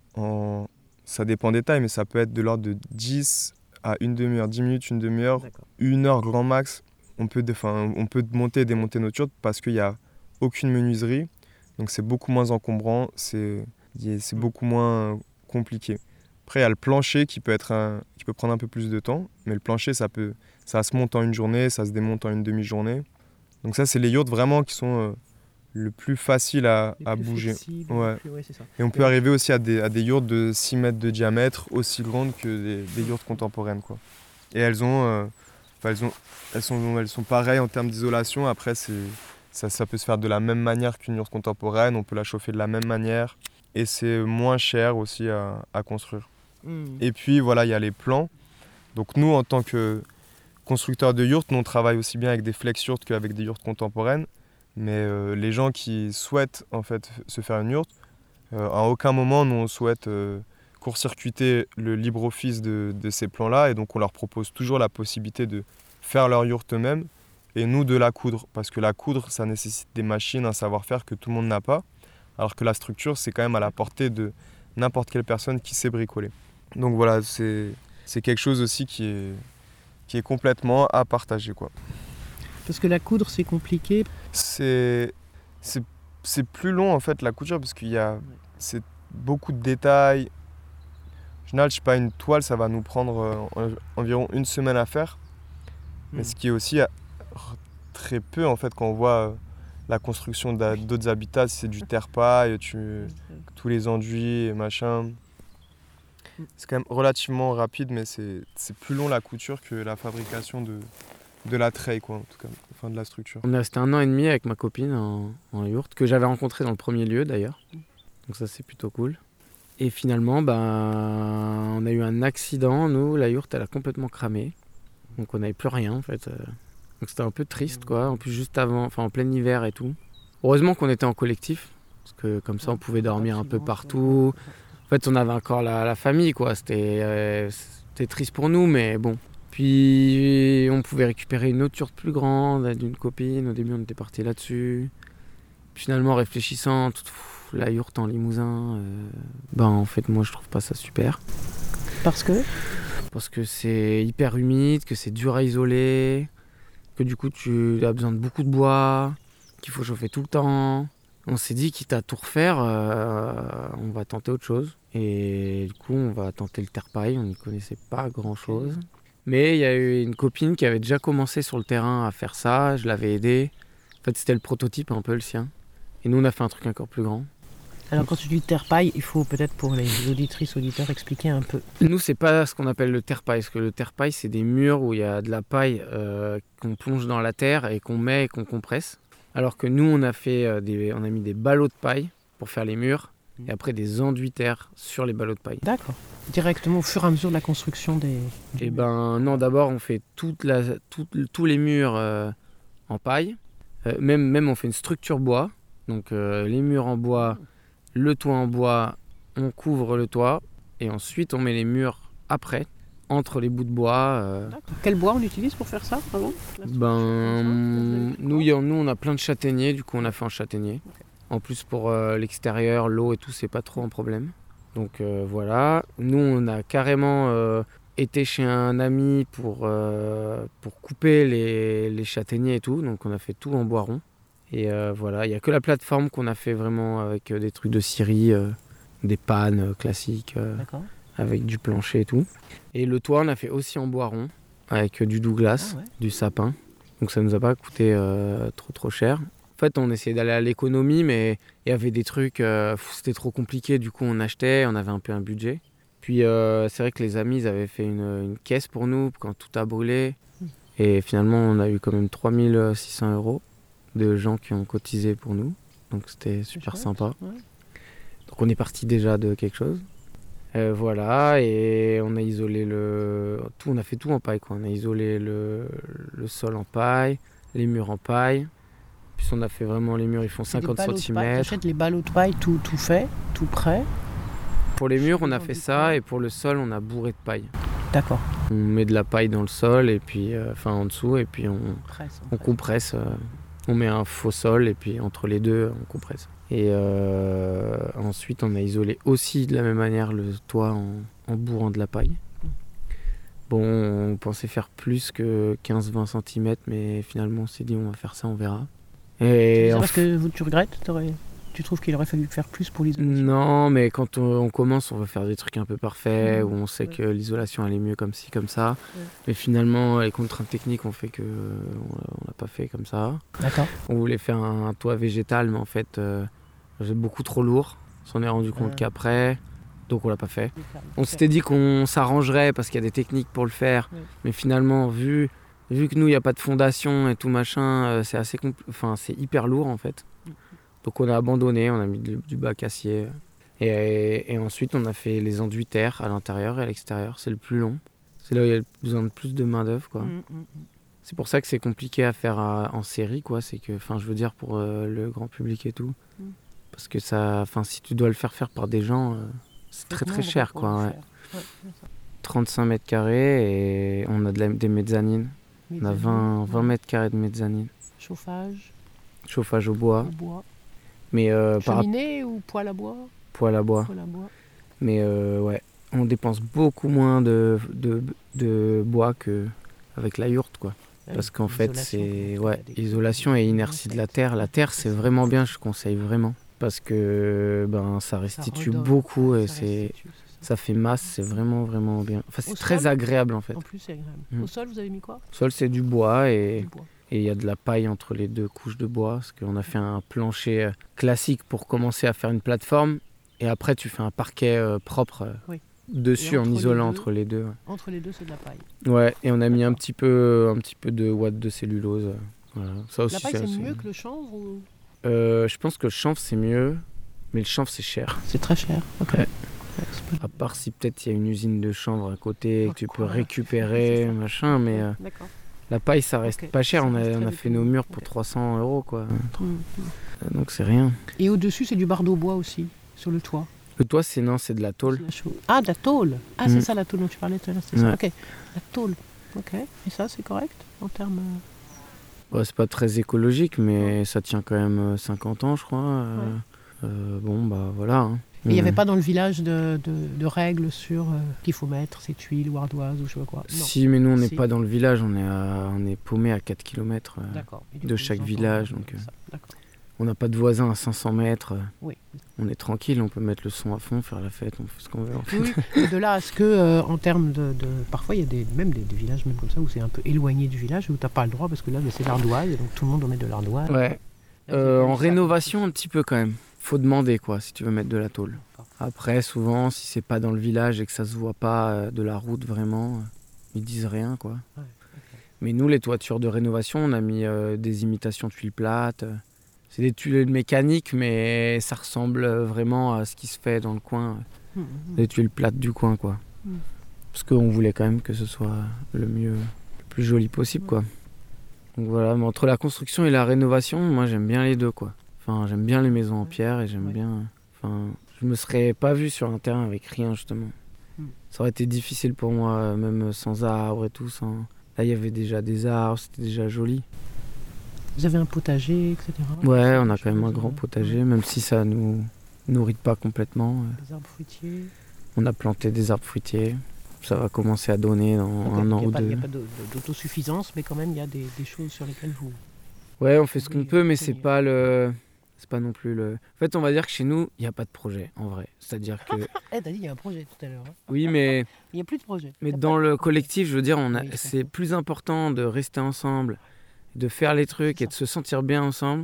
ça dépend des tailles, mais ça peut être de l'ordre de 10 à une demi-heure, 10 minutes, une demi-heure, 1 heure grand max. On peut monter et démonter notre yourte parce qu'il n'y a aucune menuiserie. Donc c'est beaucoup moins encombrant, c'est beaucoup moins compliqué. Après, il y a le plancher qui peut prendre un peu plus de temps, mais le plancher, ça se monte en une journée, ça se démonte en une demi-journée. Donc ça, c'est les yachts vraiment qui sont le plus faciles à bouger. Ouais. C'est ça. Et on peut arriver aussi à des yachts de 6 mètres de diamètre, aussi grandes que des yachts contemporaines, quoi. Et elles sont pareilles en termes d'isolation. Après, ça peut se faire de la même manière qu'une yacht contemporaine, on peut la chauffer de la même manière. Et c'est moins cher aussi à construire. Et puis voilà, il y a les plans. Donc nous, en tant que constructeurs de yurts, nous on travaille aussi bien avec des flex yurts qu'avec des yurts contemporaines. Mais les gens qui souhaitent en fait se faire une yourte, à aucun moment nous on souhaite court-circuiter le libre office de ces plans-là. Et donc on leur propose toujours la possibilité de faire leur yourte eux-mêmes et nous de la coudre. Parce que la coudre, ça nécessite des machines, un savoir-faire que tout le monde n'a pas. Alors que la structure, c'est quand même à la portée de n'importe quelle personne qui sait bricoler. Donc voilà, c'est quelque chose aussi qui est complètement à partager, quoi. Parce que la coudre, c'est compliqué. C'est plus long, en fait, la couture, parce c'est beaucoup de détails. En général, je sais pas, une toile, ça va nous prendre environ 1 semaine à faire. Mais ce qui est aussi très peu, en fait, quand on voit la construction d'autres habitats, c'est du terre-paille, tous les enduits et machin. C'est quand même relativement rapide, mais c'est plus long la couture que la fabrication de la treille, quoi, en tout cas, enfin de la structure. On est resté 1 an et demi avec ma copine en yourte, que j'avais rencontrée dans le premier lieu d'ailleurs. Donc ça, c'est plutôt cool. Et finalement, on a eu un accident. Nous, la yourte, elle a complètement cramé. Donc on n'avait plus rien, en fait. Donc c'était un peu triste, quoi. En plus, juste avant, en plein hiver et tout. Heureusement qu'on était en collectif, parce que comme ça, on pouvait dormir un peu partout. En fait, on avait encore la famille, quoi. C'était triste pour nous, mais bon. Puis, on pouvait récupérer une autre yourte plus grande d'une copine. Au début, on était partis là-dessus. Puis, finalement, en réfléchissant, la yourte en Limousin, en fait moi je trouve pas ça super. Parce que Parce que c'est hyper humide, que c'est dur à isoler, que du coup tu as besoin de beaucoup de bois, qu'il faut chauffer tout le temps. On s'est dit quitte à tout refaire, on va tenter autre chose. Et du coup on va tenter le terre-paille, on n'y connaissait pas grand chose. Mais il y a eu une copine qui avait déjà commencé sur le terrain à faire ça, je l'avais aidée. En fait c'était le prototype un peu le sien. Et nous on a fait un truc encore plus grand. Alors quand tu dis terre-paille, il faut peut-être pour les auditrices, auditeurs expliquer un peu. Nous c'est pas ce qu'on appelle le terre-paille, parce que le terre-paille c'est des murs où il y a de la paille qu'on plonge dans la terre et qu'on met et qu'on compresse. Alors que nous on a mis des ballots de paille pour faire les murs et après des enduits terre sur les ballots de paille. D'accord. Directement au fur et à mesure de la construction des... Et non, d'abord on fait tous les murs en paille. Même on fait une structure bois. Donc les murs en bois, le toit en bois, on couvre le toit. Et ensuite on met les murs après, entre les bouts de bois. Quel bois on utilise pour faire ça, vraiment ? Nous on a plein de châtaigniers, du coup on a fait en châtaignier. Okay. En plus pour l'extérieur, l'eau et tout, c'est pas trop un problème. Donc voilà, nous on a carrément été chez un ami pour couper les châtaigniers et tout, donc on a fait tout en bois rond. Et voilà, il n'y a que la plateforme qu'on a fait vraiment avec des trucs de scierie, des pannes classiques, avec du plancher et tout. Et le toit on a fait aussi en bois rond, avec du Douglas, du sapin, donc ça nous a pas coûté trop cher. En fait, on essayait d'aller à l'économie, mais il y avait des trucs, c'était trop compliqué, du coup on achetait, on avait un peu un budget. Puis c'est vrai que les amis, ils avaient fait une caisse pour nous quand tout a brûlé. Et finalement, on a eu quand même 3 600 € de gens qui ont cotisé pour nous. Donc c'était super sympa. Ouais. Donc on est parti déjà de quelque chose. Voilà, et on a isolé tout, on a fait tout en paille, quoi. On a isolé le sol en paille, les murs en paille. Puis on a fait vraiment les murs, ils font 50 cm. Tu achètes les ballots de paille tout fait, tout prêt. Pour les murs, on a fait ça, et pour le sol, on a bourré de paille. D'accord. On met de la paille dans le sol, et puis, en dessous, et puis on compresse. On met un faux sol, et puis entre les deux, on compresse. Et ensuite, on a isolé aussi de la même manière le toit en bourrant de la paille. Bon, on pensait faire plus que 15-20 cm, mais finalement, on s'est dit, on va faire ça, on verra. Et parce que tu regrettes ? Tu trouves qu'il aurait fallu faire plus pour l'isolation ? Non, mais quand on commence, on veut faire des trucs un peu parfaits, où on sait que l'isolation allait mieux comme ci, comme ça. Ouais. Mais finalement, les contraintes techniques ont fait qu'on l'a pas fait comme ça. D'accord. On voulait faire un toit végétal, mais en fait, c'est beaucoup trop lourd. On s'en est rendu compte qu'après, donc on l'a pas fait. On s'était dit qu'on s'arrangerait parce qu'il y a des techniques pour le faire, mais finalement, vu que nous, il n'y a pas de fondation et tout machin, c'est c'est hyper lourd en fait. Donc on a abandonné, on a mis du bac acier. Et ensuite, on a fait les enduits terre à l'intérieur et à l'extérieur. C'est le plus long. C'est là où il y a besoin de plus de main d'œuvre, quoi. C'est pour ça que c'est compliqué à faire en série, quoi. C'est que, je veux dire, pour le grand public et tout. Parce que si tu dois le faire par des gens, c'est très très cher, quoi. Ouais. 35 mètres carrés et on a des mezzanines. On a 20 mètres carrés de mezzanine. Chauffage au bois. Mais, cheminée ou poêle à bois ? Poêle à bois. Mais on dépense beaucoup moins de bois qu'avec la yourte, quoi. Parce qu'en fait, c'est isolation et inertie de la terre. La terre, c'est vraiment bien, je conseille vraiment. Parce que ça restitue beaucoup et ça fait masse, c'est vraiment vraiment bien. Enfin, c'est très agréable en fait. En plus, c'est agréable. Au sol, vous avez mis quoi ? Au sol, c'est du bois et il y a de la paille entre les deux couches de bois. Parce qu'on a fait un plancher classique pour commencer à faire une plateforme. Et après, tu fais un parquet propre dessus en isolant entre les deux. Entre les deux, c'est de la paille. Ouais, et on a mis un petit peu de ouate de cellulose. Voilà. Ça aussi, la paille, c'est mieux que le chanvre ou... Je pense que le chanvre, c'est mieux. Mais le chanvre, c'est cher. C'est très cher. Ok. Ouais. À part si peut-être il y a une usine de chanvre à côté que tu peux récupérer, machin, mais la paille ça reste pas cher. On a fait nos murs pour 300 € quoi. Donc c'est rien. Et au-dessus c'est du bardeau bois aussi, sur le toit. Le toit c'est de la tôle. Ah, de la tôle. Ah, c'est ça la tôle dont tu parlais tout à l'heure. C'est ça. Ok, la tôle. Ok. Et ça c'est correct en termes... c'est pas très écologique, mais ça tient quand même 50 ans je crois. Bon, bah voilà. Hein. Et il n'y avait pas dans le village de règles sur qu'il faut mettre ces tuiles ou ardoises ou je sais pas quoi. Non. Si, mais nous, on n'est pas dans le village, on est paumé à 4 km de chaque village. Donc, on n'a pas de voisins à 500 mètres. Oui. On est tranquille, on peut mettre le son à fond, faire la fête, on fait ce qu'on veut. En fait. Oui, et de là à ce que, en termes de... Parfois, il y a même des villages même comme ça où c'est un peu éloigné du village, où tu n'as pas le droit, parce que là, c'est l'ardoise, et donc tout le monde doit mettre de l'ardoise. Ouais. En rénovation, un petit peu quand même. Faut demander, quoi, si tu veux mettre de la tôle. Après, souvent, si c'est pas dans le village et que ça se voit pas de la route vraiment, ils disent rien, quoi. Ouais, Mais nous, les toitures de rénovation, on a mis des imitations tuiles plates. C'est des tuiles mécaniques, mais ça ressemble vraiment à ce qui se fait dans le coin. Des tuiles plates du coin, quoi. Parce qu'on voulait quand même que ce soit le plus joli possible, quoi. Donc voilà, mais entre la construction et la rénovation, moi j'aime bien les deux, quoi. Enfin, j'aime bien les maisons en pierre et j'aime bien... Enfin, je me serais pas vu sur un terrain avec rien, justement. Ça aurait été difficile pour moi, même sans arbres et tout. Là, il y avait déjà des arbres, c'était déjà joli. Vous avez un potager, etc. Ouais, on a quand même un grand potager, même si ça nous nourrit pas complètement. Des arbres fruitiers. On a planté des arbres fruitiers. Ça va commencer à donner dans un an ou deux. Il n'y a pas d'autosuffisance, mais quand même, il y a des choses sur lesquelles vous... Ouais, on fait ce qu'on peut, mais c'est pas non plus le... En fait, on va dire que chez nous, il n'y a pas de projet, en vrai. C'est-à-dire que... t'as dit il y a un projet tout à l'heure. Hein. Oui, mais... Il n'y a plus de projet. Mais dans le collectif, je veux dire, c'est plus important de rester ensemble, de faire les trucs et de se sentir bien ensemble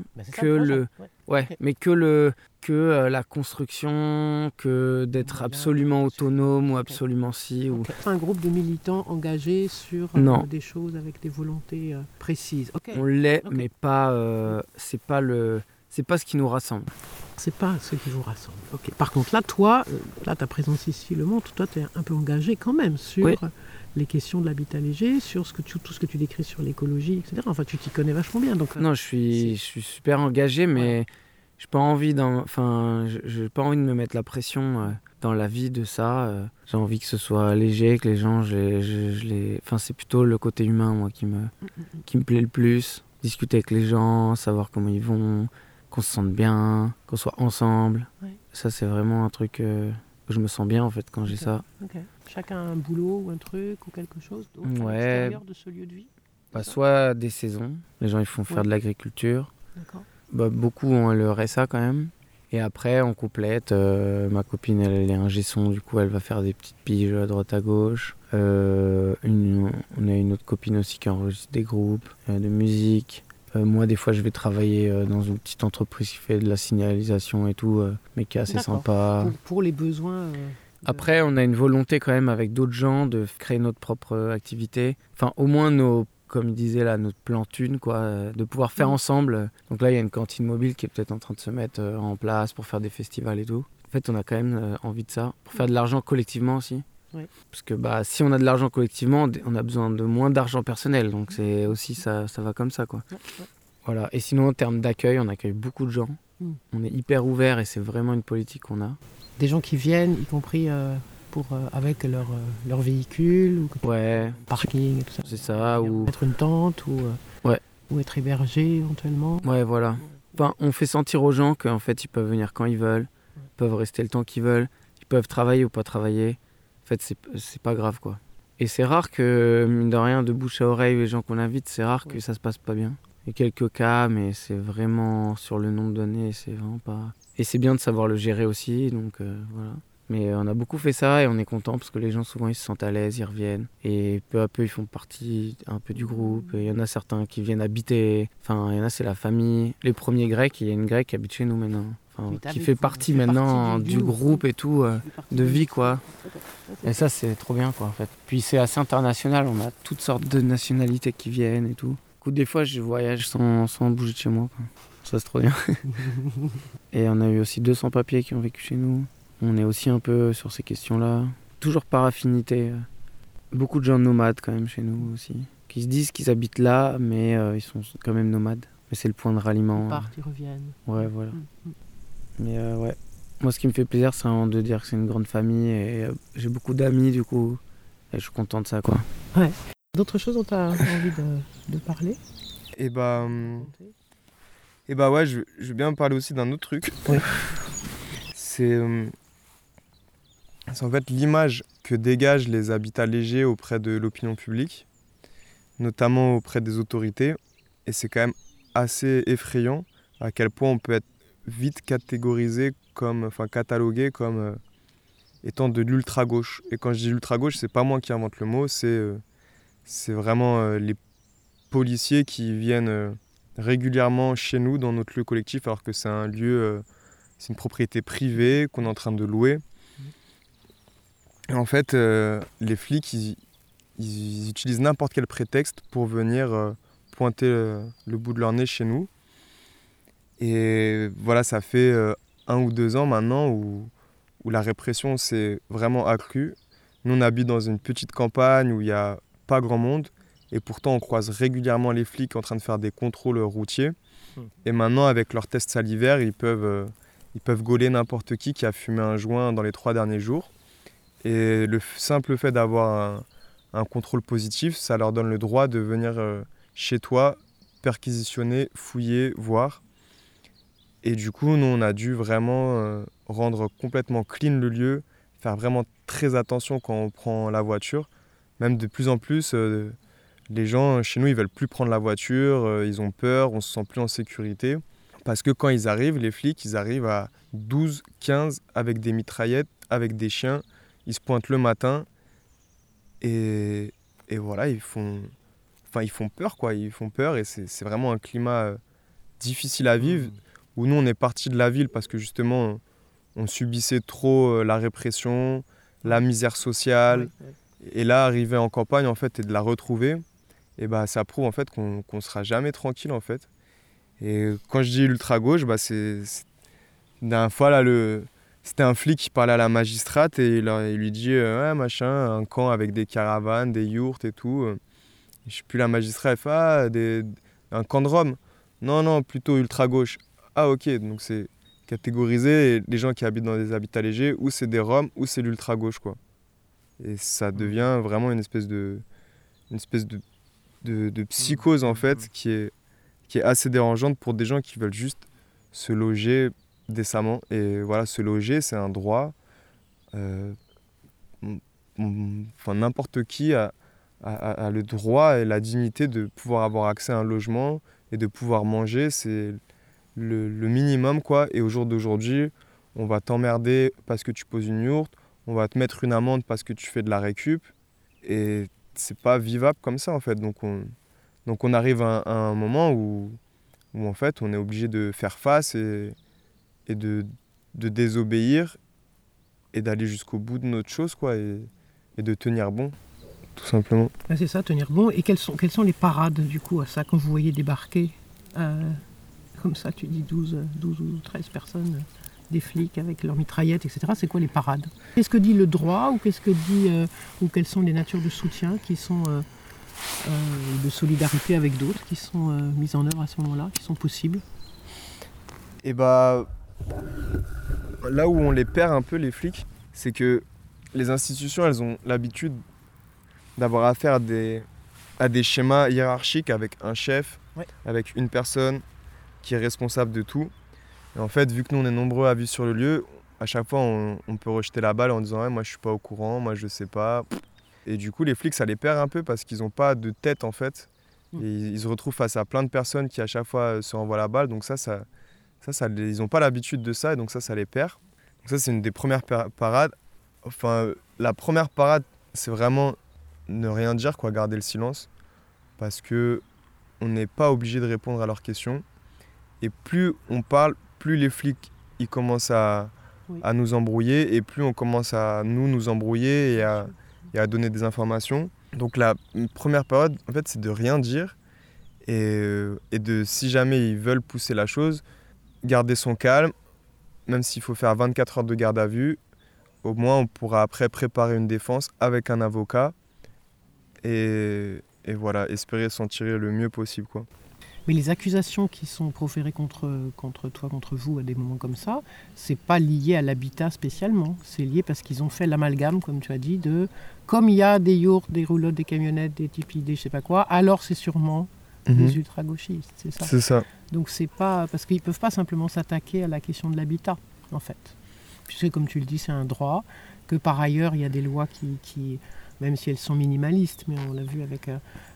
que la construction, que d'être absolument autonome ou absolument si. Ou... C'est un groupe de militants engagés sur des choses avec des volontés précises. On l'est, mais pas. C'est pas ce qui nous rassemble. C'est pas ce qui vous rassemble. Okay. Par contre, là, toi, ta présence ici le montre. Toi, tu es un peu engagé quand même sur les questions de l'habitat léger, sur tout ce que tu décris sur l'écologie, etc. Enfin, tu t'y connais vachement bien. Donc, non, je suis super engagé, mais j'ai pas envie j'ai pas envie de me mettre la pression dans la vie de ça. J'ai envie que ce soit léger, que les gens, Enfin, c'est plutôt le côté humain, moi, qui me plaît le plus. Discuter avec les gens, savoir comment ils vont, qu'on se sente bien, qu'on soit ensemble. Ouais. Ça, c'est vraiment un truc où je me sens bien, en fait, quand j'ai ça. Okay. Chacun a un boulot ou un truc ou quelque chose à l'extérieur de ce lieu de vie. Soit des saisons. Les gens, ils font faire de l'agriculture. D'accord. Beaucoup ont le RSA quand même. Et après, on complète. Ma copine, elle est ingé son, du coup, elle va faire des petites piges à droite à gauche. On a une autre copine aussi qui enregistre des groupes de musique. Moi, des fois, je vais travailler dans une petite entreprise qui fait de la signalisation et tout, mais qui est assez sympa. Pour les besoins... Après, on a une volonté quand même avec d'autres gens de créer notre propre activité. Enfin, au moins comme il disait là, notre plan thune, quoi, de pouvoir faire ensemble. Donc là, il y a une cantine mobile qui est peut-être en train de se mettre en place pour faire des festivals et tout. En fait, on a quand même envie de ça, pour faire de l'argent collectivement aussi. Oui. Parce que si on a de l'argent collectivement, on a besoin de moins d'argent personnel. Donc c'est aussi ça va comme ça, quoi. Voilà. Et sinon, en termes d'accueil, on accueille beaucoup de gens. On est hyper ouvert et c'est vraiment une politique qu'on a. Des gens qui viennent, y compris avec leur véhicule, ou parking et tout ça. C'est ça, ou mettre une tente, ou être hébergé éventuellement. Ouais, voilà. Enfin, on fait sentir aux gens qu'en fait, ils peuvent venir quand ils veulent, ils peuvent rester le temps qu'ils veulent, ils peuvent travailler ou pas travailler. En fait, c'est pas grave, quoi. Et c'est rare que, mine de rien, de bouche à oreille, les gens qu'on invite, c'est rare que ça se passe pas bien. Il y a quelques cas, mais c'est vraiment sur le nombre donné, c'est vraiment pas... Et c'est bien de savoir le gérer aussi, donc voilà. Mais on a beaucoup fait ça et on est content parce que les gens, souvent, ils se sentent à l'aise, ils reviennent. Et peu à peu, ils font partie un peu du groupe. Et il y en a certains qui viennent habiter. Enfin, il y en a, c'est la famille. Les premiers Grecs, il y a une Grecque qui habite chez nous maintenant. Enfin, qui fait partie maintenant du groupe et tout, de vie, quoi. Et ça, c'est trop bien, quoi, en fait. Puis c'est assez international, on a toutes sortes de nationalités qui viennent et tout. Du coup, des fois, je voyage sans bouger de chez moi, quoi. Ça, c'est trop bien. Et on a eu aussi 200 papiers qui ont vécu chez nous. On est aussi un peu sur ces questions-là. Toujours par affinité. Beaucoup de gens nomades, quand même, chez nous aussi. Qui se disent qu'ils habitent là, mais ils sont quand même nomades. Mais c'est le point de ralliement. Ils partent, ils reviennent. Ouais, voilà. Mais ouais. Moi, ce qui me fait plaisir, c'est vraiment de dire que c'est une grande famille. Et j'ai beaucoup d'amis, du coup. Et je suis content de ça, quoi. Ouais. D'autres choses dont tu as envie de parler ? Et ouais, je veux bien parler aussi d'un autre truc. Oui. c'est en fait l'image que dégagent les habitats légers auprès de l'opinion publique, notamment auprès des autorités. Et c'est quand même assez effrayant à quel point on peut être vite catalogué comme étant de l'ultra-gauche. Et quand je dis l'ultra-gauche, c'est pas moi qui invente le mot, c'est vraiment les policiers qui viennent régulièrement chez nous dans notre lieu collectif, alors que c'est un lieu, c'est une propriété privée qu'on est en train de louer. Et en fait, les flics, ils utilisent n'importe quel prétexte pour venir pointer le bout de leur nez chez nous. Et voilà, ça fait 1 ou 2 ans maintenant où la répression s'est vraiment accrue. Nous, on habite dans une petite campagne où il n'y a pas grand monde. Et pourtant, on croise régulièrement les flics en train de faire des contrôles routiers. Et maintenant, avec leurs tests salivaires, ils peuvent gauler n'importe qui a fumé un joint dans les 3 derniers jours. Et le simple fait d'avoir un contrôle positif, ça leur donne le droit de venir chez toi, perquisitionner, fouiller, voir. Et du coup, nous, on a dû vraiment rendre complètement clean le lieu, faire vraiment très attention quand on prend la voiture. Même de plus en plus, les gens chez nous, ils veulent plus prendre la voiture, ils ont peur, on se sent plus en sécurité. Parce que quand ils arrivent, les flics, ils arrivent à 12, 15 avec des mitraillettes, avec des chiens. Ils se pointent le matin et voilà, ils font peur, quoi. Ils font peur et c'est vraiment un climat difficile à vivre. Où nous, on est partis de la ville parce que justement, on subissait trop la répression, la misère sociale. Et là, arriver en campagne, en fait, et de la retrouver, et bah, ça prouve en fait qu'on sera jamais tranquille, en fait. Et quand je dis ultra-gauche, bah, c'est dernière fois, là, c'était un flic qui parlait à la magistrate et il lui dit ouais, machin, un camp avec des caravanes, des yourtes et tout. Je sais plus, la magistrate, elle fait un camp de Rome. Non, plutôt ultra-gauche. Ah, ok, donc c'est catégorisé les gens qui habitent dans des habitats légers, ou c'est des Roms, ou c'est l'ultra-gauche, quoi. Et ça devient vraiment une espèce de psychose, en fait, qui est assez dérangeante pour des gens qui veulent juste se loger décemment. Et voilà, se loger, c'est un droit. N'importe qui a le droit et la dignité de pouvoir avoir accès à un logement et de pouvoir manger. C'est le minimum, quoi. Et au jour d'aujourd'hui, on va t'emmerder parce que tu poses une yourte, on va te mettre une amende parce que tu fais de la récup. Et c'est pas vivable comme ça, en fait. Donc on arrive à un moment où en fait, on est obligé de faire face et de désobéir et d'aller jusqu'au bout de notre chose, quoi, et de tenir bon, tout simplement. C'est ça, tenir bon. Et quelles sont les parades, du coup, à ça, quand vous voyez débarquer comme ça, tu dis 12 ou 13 personnes, des flics avec leurs mitraillettes, etc. C'est quoi les parades? Qu'est-ce que dit le droit, ou qu'est-ce que dit ou quelles sont les natures de soutien qui sont de solidarité avec d'autres, qui sont mises en œuvre à ce moment-là, qui sont possibles? Et bah, là où on les perd un peu, les flics, c'est que les institutions, elles ont l'habitude d'avoir affaire à des schémas hiérarchiques avec un chef, avec une personne qui est responsable de tout. Et en fait, vu que nous, on est nombreux à vivre sur le lieu, à chaque fois, on peut rejeter la balle en disant ouais, « moi, je suis pas au courant, moi, je sais pas ». Et du coup, les flics, ça les perd un peu parce qu'ils n'ont pas de tête, en fait. Et ils se retrouvent face à plein de personnes qui, à chaque fois, se renvoient la balle. Donc ça ils n'ont pas l'habitude de ça, et donc ça les perd. Donc ça, c'est une des premières parades. Enfin, la première parade, c'est vraiment ne rien dire, quoi, garder le silence. Parce qu'on n'est pas obligé de répondre à leurs questions. Et plus on parle, plus les flics ils commencent à nous embrouiller, et plus on commence à nous embrouiller et à donner des informations. Donc la première période, en fait, c'est de rien dire et de, si jamais ils veulent pousser la chose, garder son calme, même s'il faut faire 24 heures de garde à vue, au moins on pourra après préparer une défense avec un avocat et voilà, espérer s'en tirer le mieux possible, quoi. Mais les accusations qui sont proférées contre toi, contre vous, à des moments comme ça, c'est pas lié à l'habitat spécialement. C'est lié parce qu'ils ont fait l'amalgame, comme tu as dit, de comme il y a des yourtes, des roulottes, des camionnettes, des tipis, des je sais pas quoi, alors c'est sûrement des ultra-gauchistes, c'est ça. C'est ça. Donc c'est pas parce qu'ils peuvent pas simplement s'attaquer à la question de l'habitat, en fait. puisque comme tu le dis, c'est un droit, que par ailleurs, il y a des lois qui même si elles sont minimalistes, mais on l'a vu avec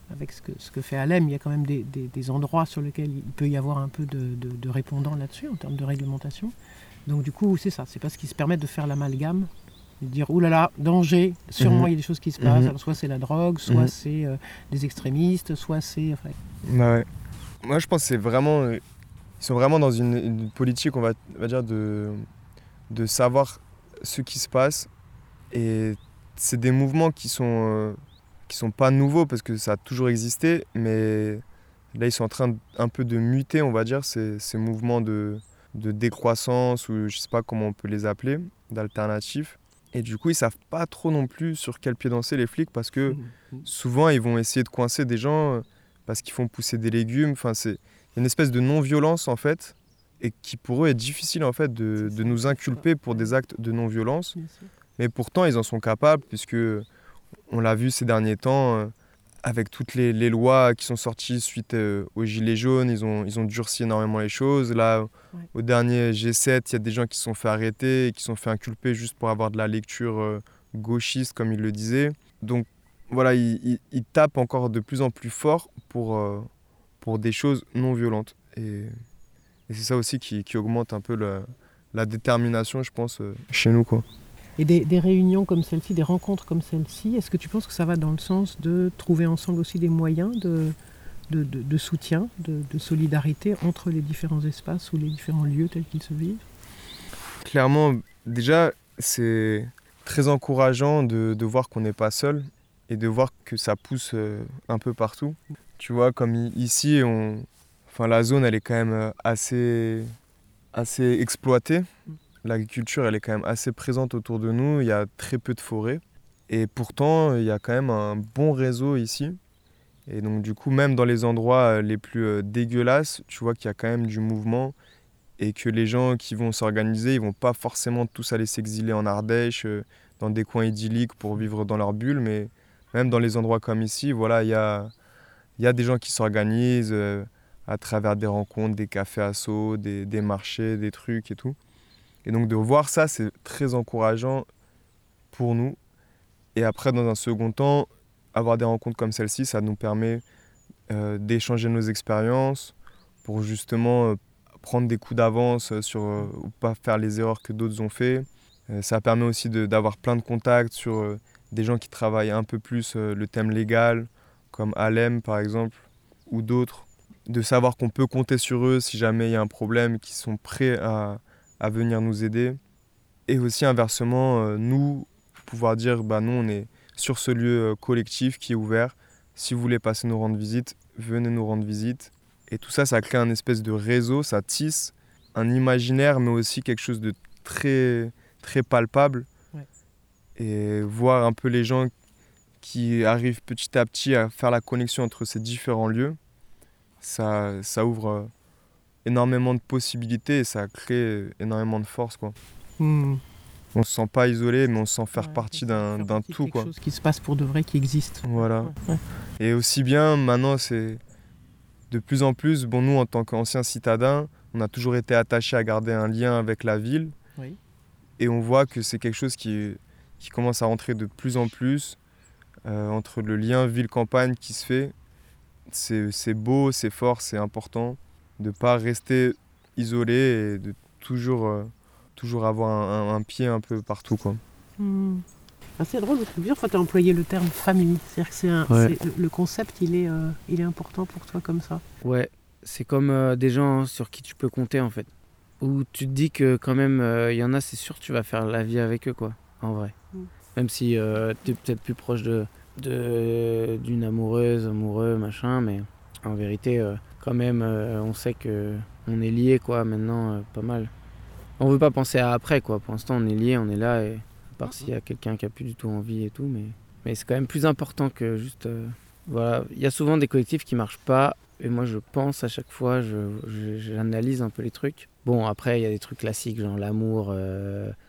ce que fait Alem, il y a quand même des endroits sur lesquels il peut y avoir un peu de répondants là-dessus, en termes de réglementation. Donc du coup, c'est ça, c'est parce qu'ils se permettent de faire l'amalgame, de dire « Ouh là là, danger, sûrement il y a des choses qui se passent, alors soit c'est la drogue, soit c'est des extrémistes, soit c'est... » Ouais. Moi, je pense que c'est vraiment... Ils sont vraiment dans une politique, on va dire, de savoir ce qui se passe. Et c'est des mouvements qui sont pas nouveaux, parce que ça a toujours existé, mais là, ils sont en train un peu de muter, on va dire, ces mouvements de décroissance, ou je sais pas comment on peut les appeler, d'alternatifs. Et du coup, ils savent pas trop non plus sur quel pied danser, les flics, parce que souvent, ils vont essayer de coincer des gens parce qu'ils font pousser des légumes. Enfin, c'est une espèce de non-violence, en fait, et qui, pour eux, est difficile, en fait, de nous inculper pour des actes de non-violence. Mais pourtant, ils en sont capables, puisque on l'a vu ces derniers temps, avec toutes les lois qui sont sorties suite aux Gilets jaunes, ils ont durci énormément les choses. Là, au dernier G7, il y a des gens qui se sont fait arrêter et qui se sont fait inculper juste pour avoir de la lecture gauchiste, comme ils le disaient. Donc voilà, ils tapent encore de plus en plus fort pour des choses non violentes. Et c'est ça aussi qui augmente un peu la détermination, je pense, chez nous, quoi. Et des réunions comme celle-ci, des rencontres comme celle-ci, est-ce que tu penses que ça va dans le sens de trouver ensemble aussi des moyens de soutien, de solidarité entre les différents espaces ou les différents lieux tels qu'ils se vivent ? Clairement, déjà, c'est très encourageant de voir qu'on n'est pas seul et de voir que ça pousse un peu partout. Tu vois, comme ici, la zone, elle est quand même assez exploitée. L'agriculture, elle est quand même assez présente autour de nous. Il y a très peu de forêts. Et pourtant, il y a quand même un bon réseau ici. Et donc, du coup, même dans les endroits les plus dégueulasses, tu vois qu'il y a quand même du mouvement et que les gens qui vont s'organiser, ils vont pas forcément tous aller s'exiler en Ardèche, dans des coins idylliques pour vivre dans leur bulle. Mais même dans les endroits comme ici, voilà, il y a des gens qui s'organisent à travers des rencontres, des cafés assos, des marchés, des trucs et tout. Et donc de voir ça, c'est très encourageant pour nous. Et après, dans un second temps, avoir des rencontres comme celle-ci, ça nous permet d'échanger nos expériences pour justement prendre des coups d'avance ou pas faire les erreurs que d'autres ont fait. Ça permet aussi d'avoir plein de contacts sur des gens qui travaillent un peu plus le thème légal, comme Alem par exemple, ou d'autres. De savoir qu'on peut compter sur eux si jamais il y a un problème, qu'ils sont prêts à venir nous aider. Et aussi inversement, nous, pouvoir dire, nous on est sur ce lieu collectif qui est ouvert. Si vous voulez passer nous rendre visite, venez nous rendre visite. Et tout ça, ça crée un espèce de réseau, ça tisse un imaginaire, mais aussi quelque chose de très, très palpable. Ouais. Et voir un peu les gens qui arrivent petit à petit à faire la connexion entre ces différents lieux, ça ouvre énormément de possibilités et ça crée énormément de force, quoi. On se sent pas isolé, mais on se sent faire partie d'un tout, quoi. Quelque chose qui se passe pour de vrai, qui existe. Voilà. Ouais. Et aussi bien, maintenant, c'est de plus en plus, nous, en tant qu'anciens citadins, on a toujours été attachés à garder un lien avec la ville. Oui. Et on voit que c'est quelque chose qui commence à rentrer de plus en plus entre le lien ville-campagne qui se fait. C'est beau, c'est fort, c'est important de ne pas rester isolé et de toujours avoir un pied un peu partout, quoi. C'est drôle, plusieurs fois tu as employé le terme famille. C'est-à-dire que le concept, il est important pour toi comme ça. Ouais, c'est comme des gens sur qui tu peux compter en fait. Où tu te dis que quand même, il y en a, c'est sûr que tu vas faire la vie avec eux, quoi, en vrai. Même si tu es peut-être plus proche d'une amoureux, machin, mais en vérité, quand même, on sait qu'on est liés, quoi, maintenant, pas mal. On veut pas penser à après, quoi. Pour l'instant, on est liés, on est là, et à part s'il y a quelqu'un qui a plus du tout envie et tout, mais c'est quand même plus important que juste... voilà, il y a souvent des collectifs qui marchent pas, et moi, je pense à chaque fois, j'analyse un peu les trucs. Bon, après, il y a des trucs classiques, genre l'amour,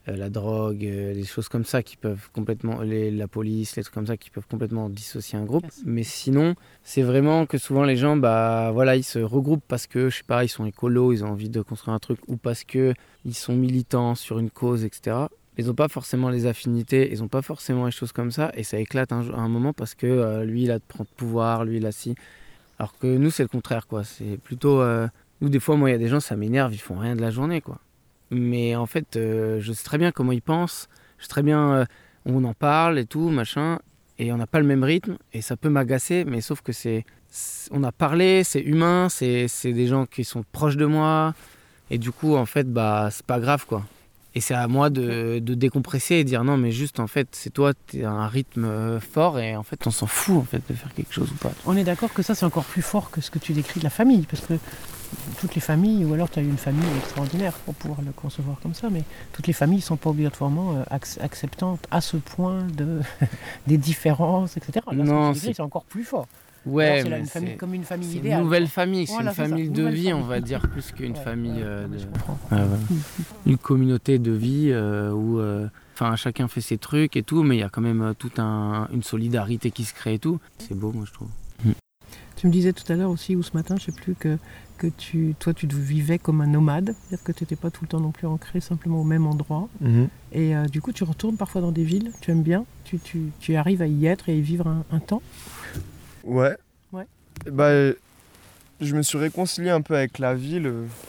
la drogue, des choses comme ça qui peuvent complètement, la police, les trucs comme ça qui peuvent complètement dissocier un groupe. Mais sinon, c'est vraiment que souvent les gens, ils se regroupent parce que, je sais pas, ils sont écolos, ils ont envie de construire un truc, ou parce que ils sont militants sur une cause, etc. Ils n'ont pas forcément les affinités, ils n'ont pas forcément les choses comme ça, et ça éclate à un moment parce que lui, il a de prendre pouvoir, lui, il a si. Alors que nous, c'est le contraire, quoi. C'est plutôt... nous, des fois, moi, il y a des gens, ça m'énerve, ils font rien de la journée, quoi. Mais en fait, je sais très bien comment ils pensent, je sais très bien, on en parle et tout, machin, et on n'a pas le même rythme, et ça peut m'agacer, mais sauf que on a parlé, c'est humain, c'est des gens qui sont proches de moi, et du coup, en fait, c'est pas grave, quoi. Et c'est à moi de décompresser et dire non, mais juste en fait, c'est toi, t'es à un rythme fort et en fait, on s'en fout en fait de faire quelque chose ou pas. On est d'accord que ça, c'est encore plus fort que ce que tu décris de la famille, parce que toutes les familles, ou alors tu as eu une famille extraordinaire pour pouvoir le concevoir comme ça, mais toutes les familles ne sont pas obligatoirement acceptantes à ce point des différences, etc. Là, non, c'est encore plus fort. Ouais, alors, une famille comme une famille c'est idéale. Une nouvelle famille, c'est voilà, une famille de vie, famille. on va dire, plus qu'une famille je comprends. une communauté de vie où chacun fait ses trucs et tout, mais il y a quand même toute une solidarité qui se crée et tout. C'est beau, moi, je trouve. Tu me disais tout à l'heure aussi, ou ce matin, je ne sais plus, que toi, tu vivais comme un nomade, c'est-à-dire que tu n'étais pas tout le temps non plus ancré simplement au même endroit. Mhm. Et du coup, tu retournes parfois dans des villes, tu aimes bien, tu arrives à y être et y vivre un temps. Ouais. Ouais. Je me suis réconcilié un peu avec la ville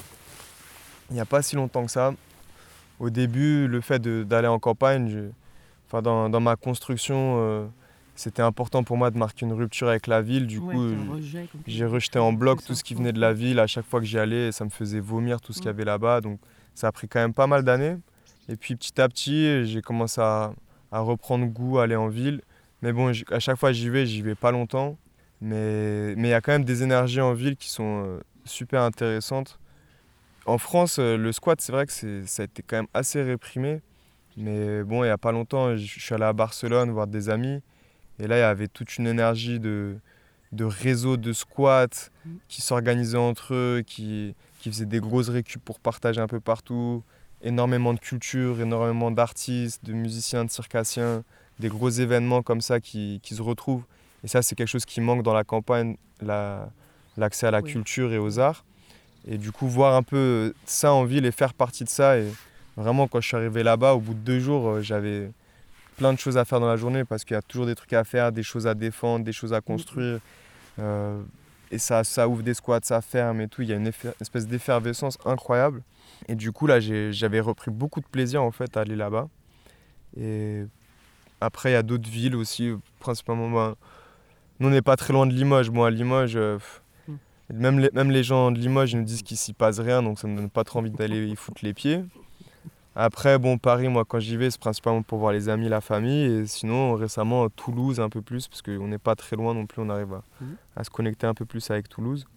il n'y a pas si longtemps que ça. Au début, le fait d'aller en campagne, dans ma construction, c'était important pour moi de marquer une rupture avec la ville. Du coup, j'ai rejeté en bloc tout ce qui venait de la ville. À chaque fois que j'y allais, ça me faisait vomir tout ce qu'il y avait là-bas. Donc ça a pris quand même pas mal d'années. Et puis petit à petit, j'ai commencé à reprendre goût à aller en ville. Mais bon, à chaque fois j'y vais pas longtemps. Mais il y a quand même des énergies en ville qui sont super intéressantes. En France, le squat, c'est vrai que ça a été quand même assez réprimé. Mais bon, il n'y a pas longtemps, je suis allé à Barcelone voir des amis. Et là, il y avait toute une énergie de réseau de squats qui s'organisaient entre eux, qui faisaient des grosses récup pour partager un peu partout. Énormément de culture, énormément d'artistes, de musiciens, de circassiens. Des gros événements comme ça qui se retrouvent. Et ça, c'est quelque chose qui manque dans la campagne, l'accès à la culture et aux arts. Et du coup, voir un peu ça en ville et faire partie de ça. Et vraiment, quand je suis arrivé là-bas, au bout de 2 jours, j'avais plein de choses à faire dans la journée parce qu'il y a toujours des trucs à faire, des choses à défendre, des choses à construire. Et ça ouvre des squats, ça ferme et tout. Il y a une espèce d'effervescence incroyable. Et du coup, là, j'avais repris beaucoup de plaisir en fait à aller là-bas. Et après, il y a d'autres villes aussi, principalement... Nous, on n'est pas très loin de Limoges. Moi, à Limoges, même les gens de Limoges ils nous disent qu'il s'y passe rien, donc ça ne me donne pas trop envie d'aller y foutre les pieds. Après, Paris, moi, quand j'y vais, c'est principalement pour voir les amis, la famille. Et sinon, récemment, Toulouse un peu plus, parce qu'on n'est pas très loin non plus, on arrive à se connecter un peu plus avec Toulouse.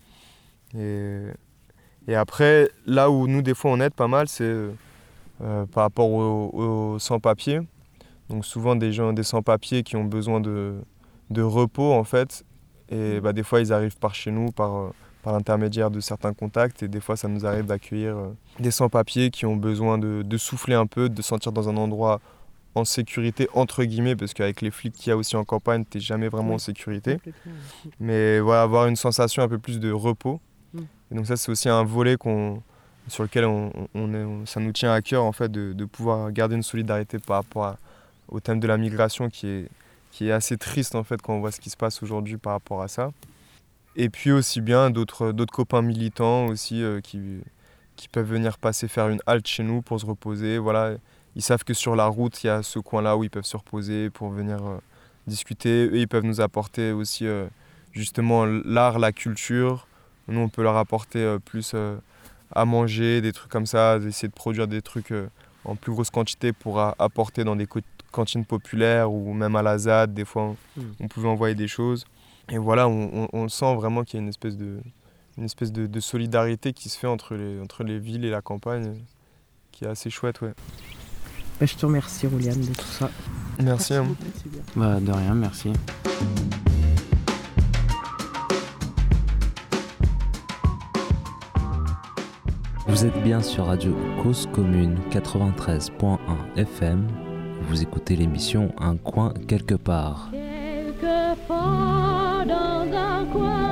Et après, là où nous, des fois, on aide pas mal, c'est par rapport aux sans-papiers. Donc souvent, des sans-papiers qui ont besoin de repos, en fait. Et des fois, ils arrivent par chez nous, par l'intermédiaire de certains contacts. Et des fois, ça nous arrive d'accueillir des sans-papiers qui ont besoin de souffler un peu, de se sentir dans un endroit en sécurité, entre guillemets, parce qu'avec les flics qu'il y a aussi en campagne, tu n'es jamais vraiment en sécurité. Mais voilà, avoir une sensation un peu plus de repos. Et donc ça, c'est aussi un volet sur lequel ça nous tient à cœur, en fait, de pouvoir garder une solidarité par rapport au thème de la migration qui est assez triste, en fait, quand on voit ce qui se passe aujourd'hui par rapport à ça. Et puis aussi bien d'autres copains militants aussi qui peuvent venir faire une halte chez nous pour se reposer. Voilà. Ils savent que sur la route, il y a ce coin-là où ils peuvent se reposer pour venir discuter. Eux, ils peuvent nous apporter aussi justement l'art, la culture. Nous, on peut leur apporter plus à manger, des trucs comme ça, essayer de produire des trucs en plus grosse quantité pour apporter dans des cantines populaires ou même à la ZAD. Des fois, on pouvait envoyer des choses. Et voilà, on sent vraiment qu'il y a une espèce de solidarité qui se fait entre les villes et la campagne, qui est assez chouette, ouais. Je te remercie, Roulian, de tout ça. Merci. De rien, merci. Vous Vous êtes bien sur Radio Cause Commune 93.1 FM. Vous écoutez l'émission Un coin quelque part. Quelque part dans un coin.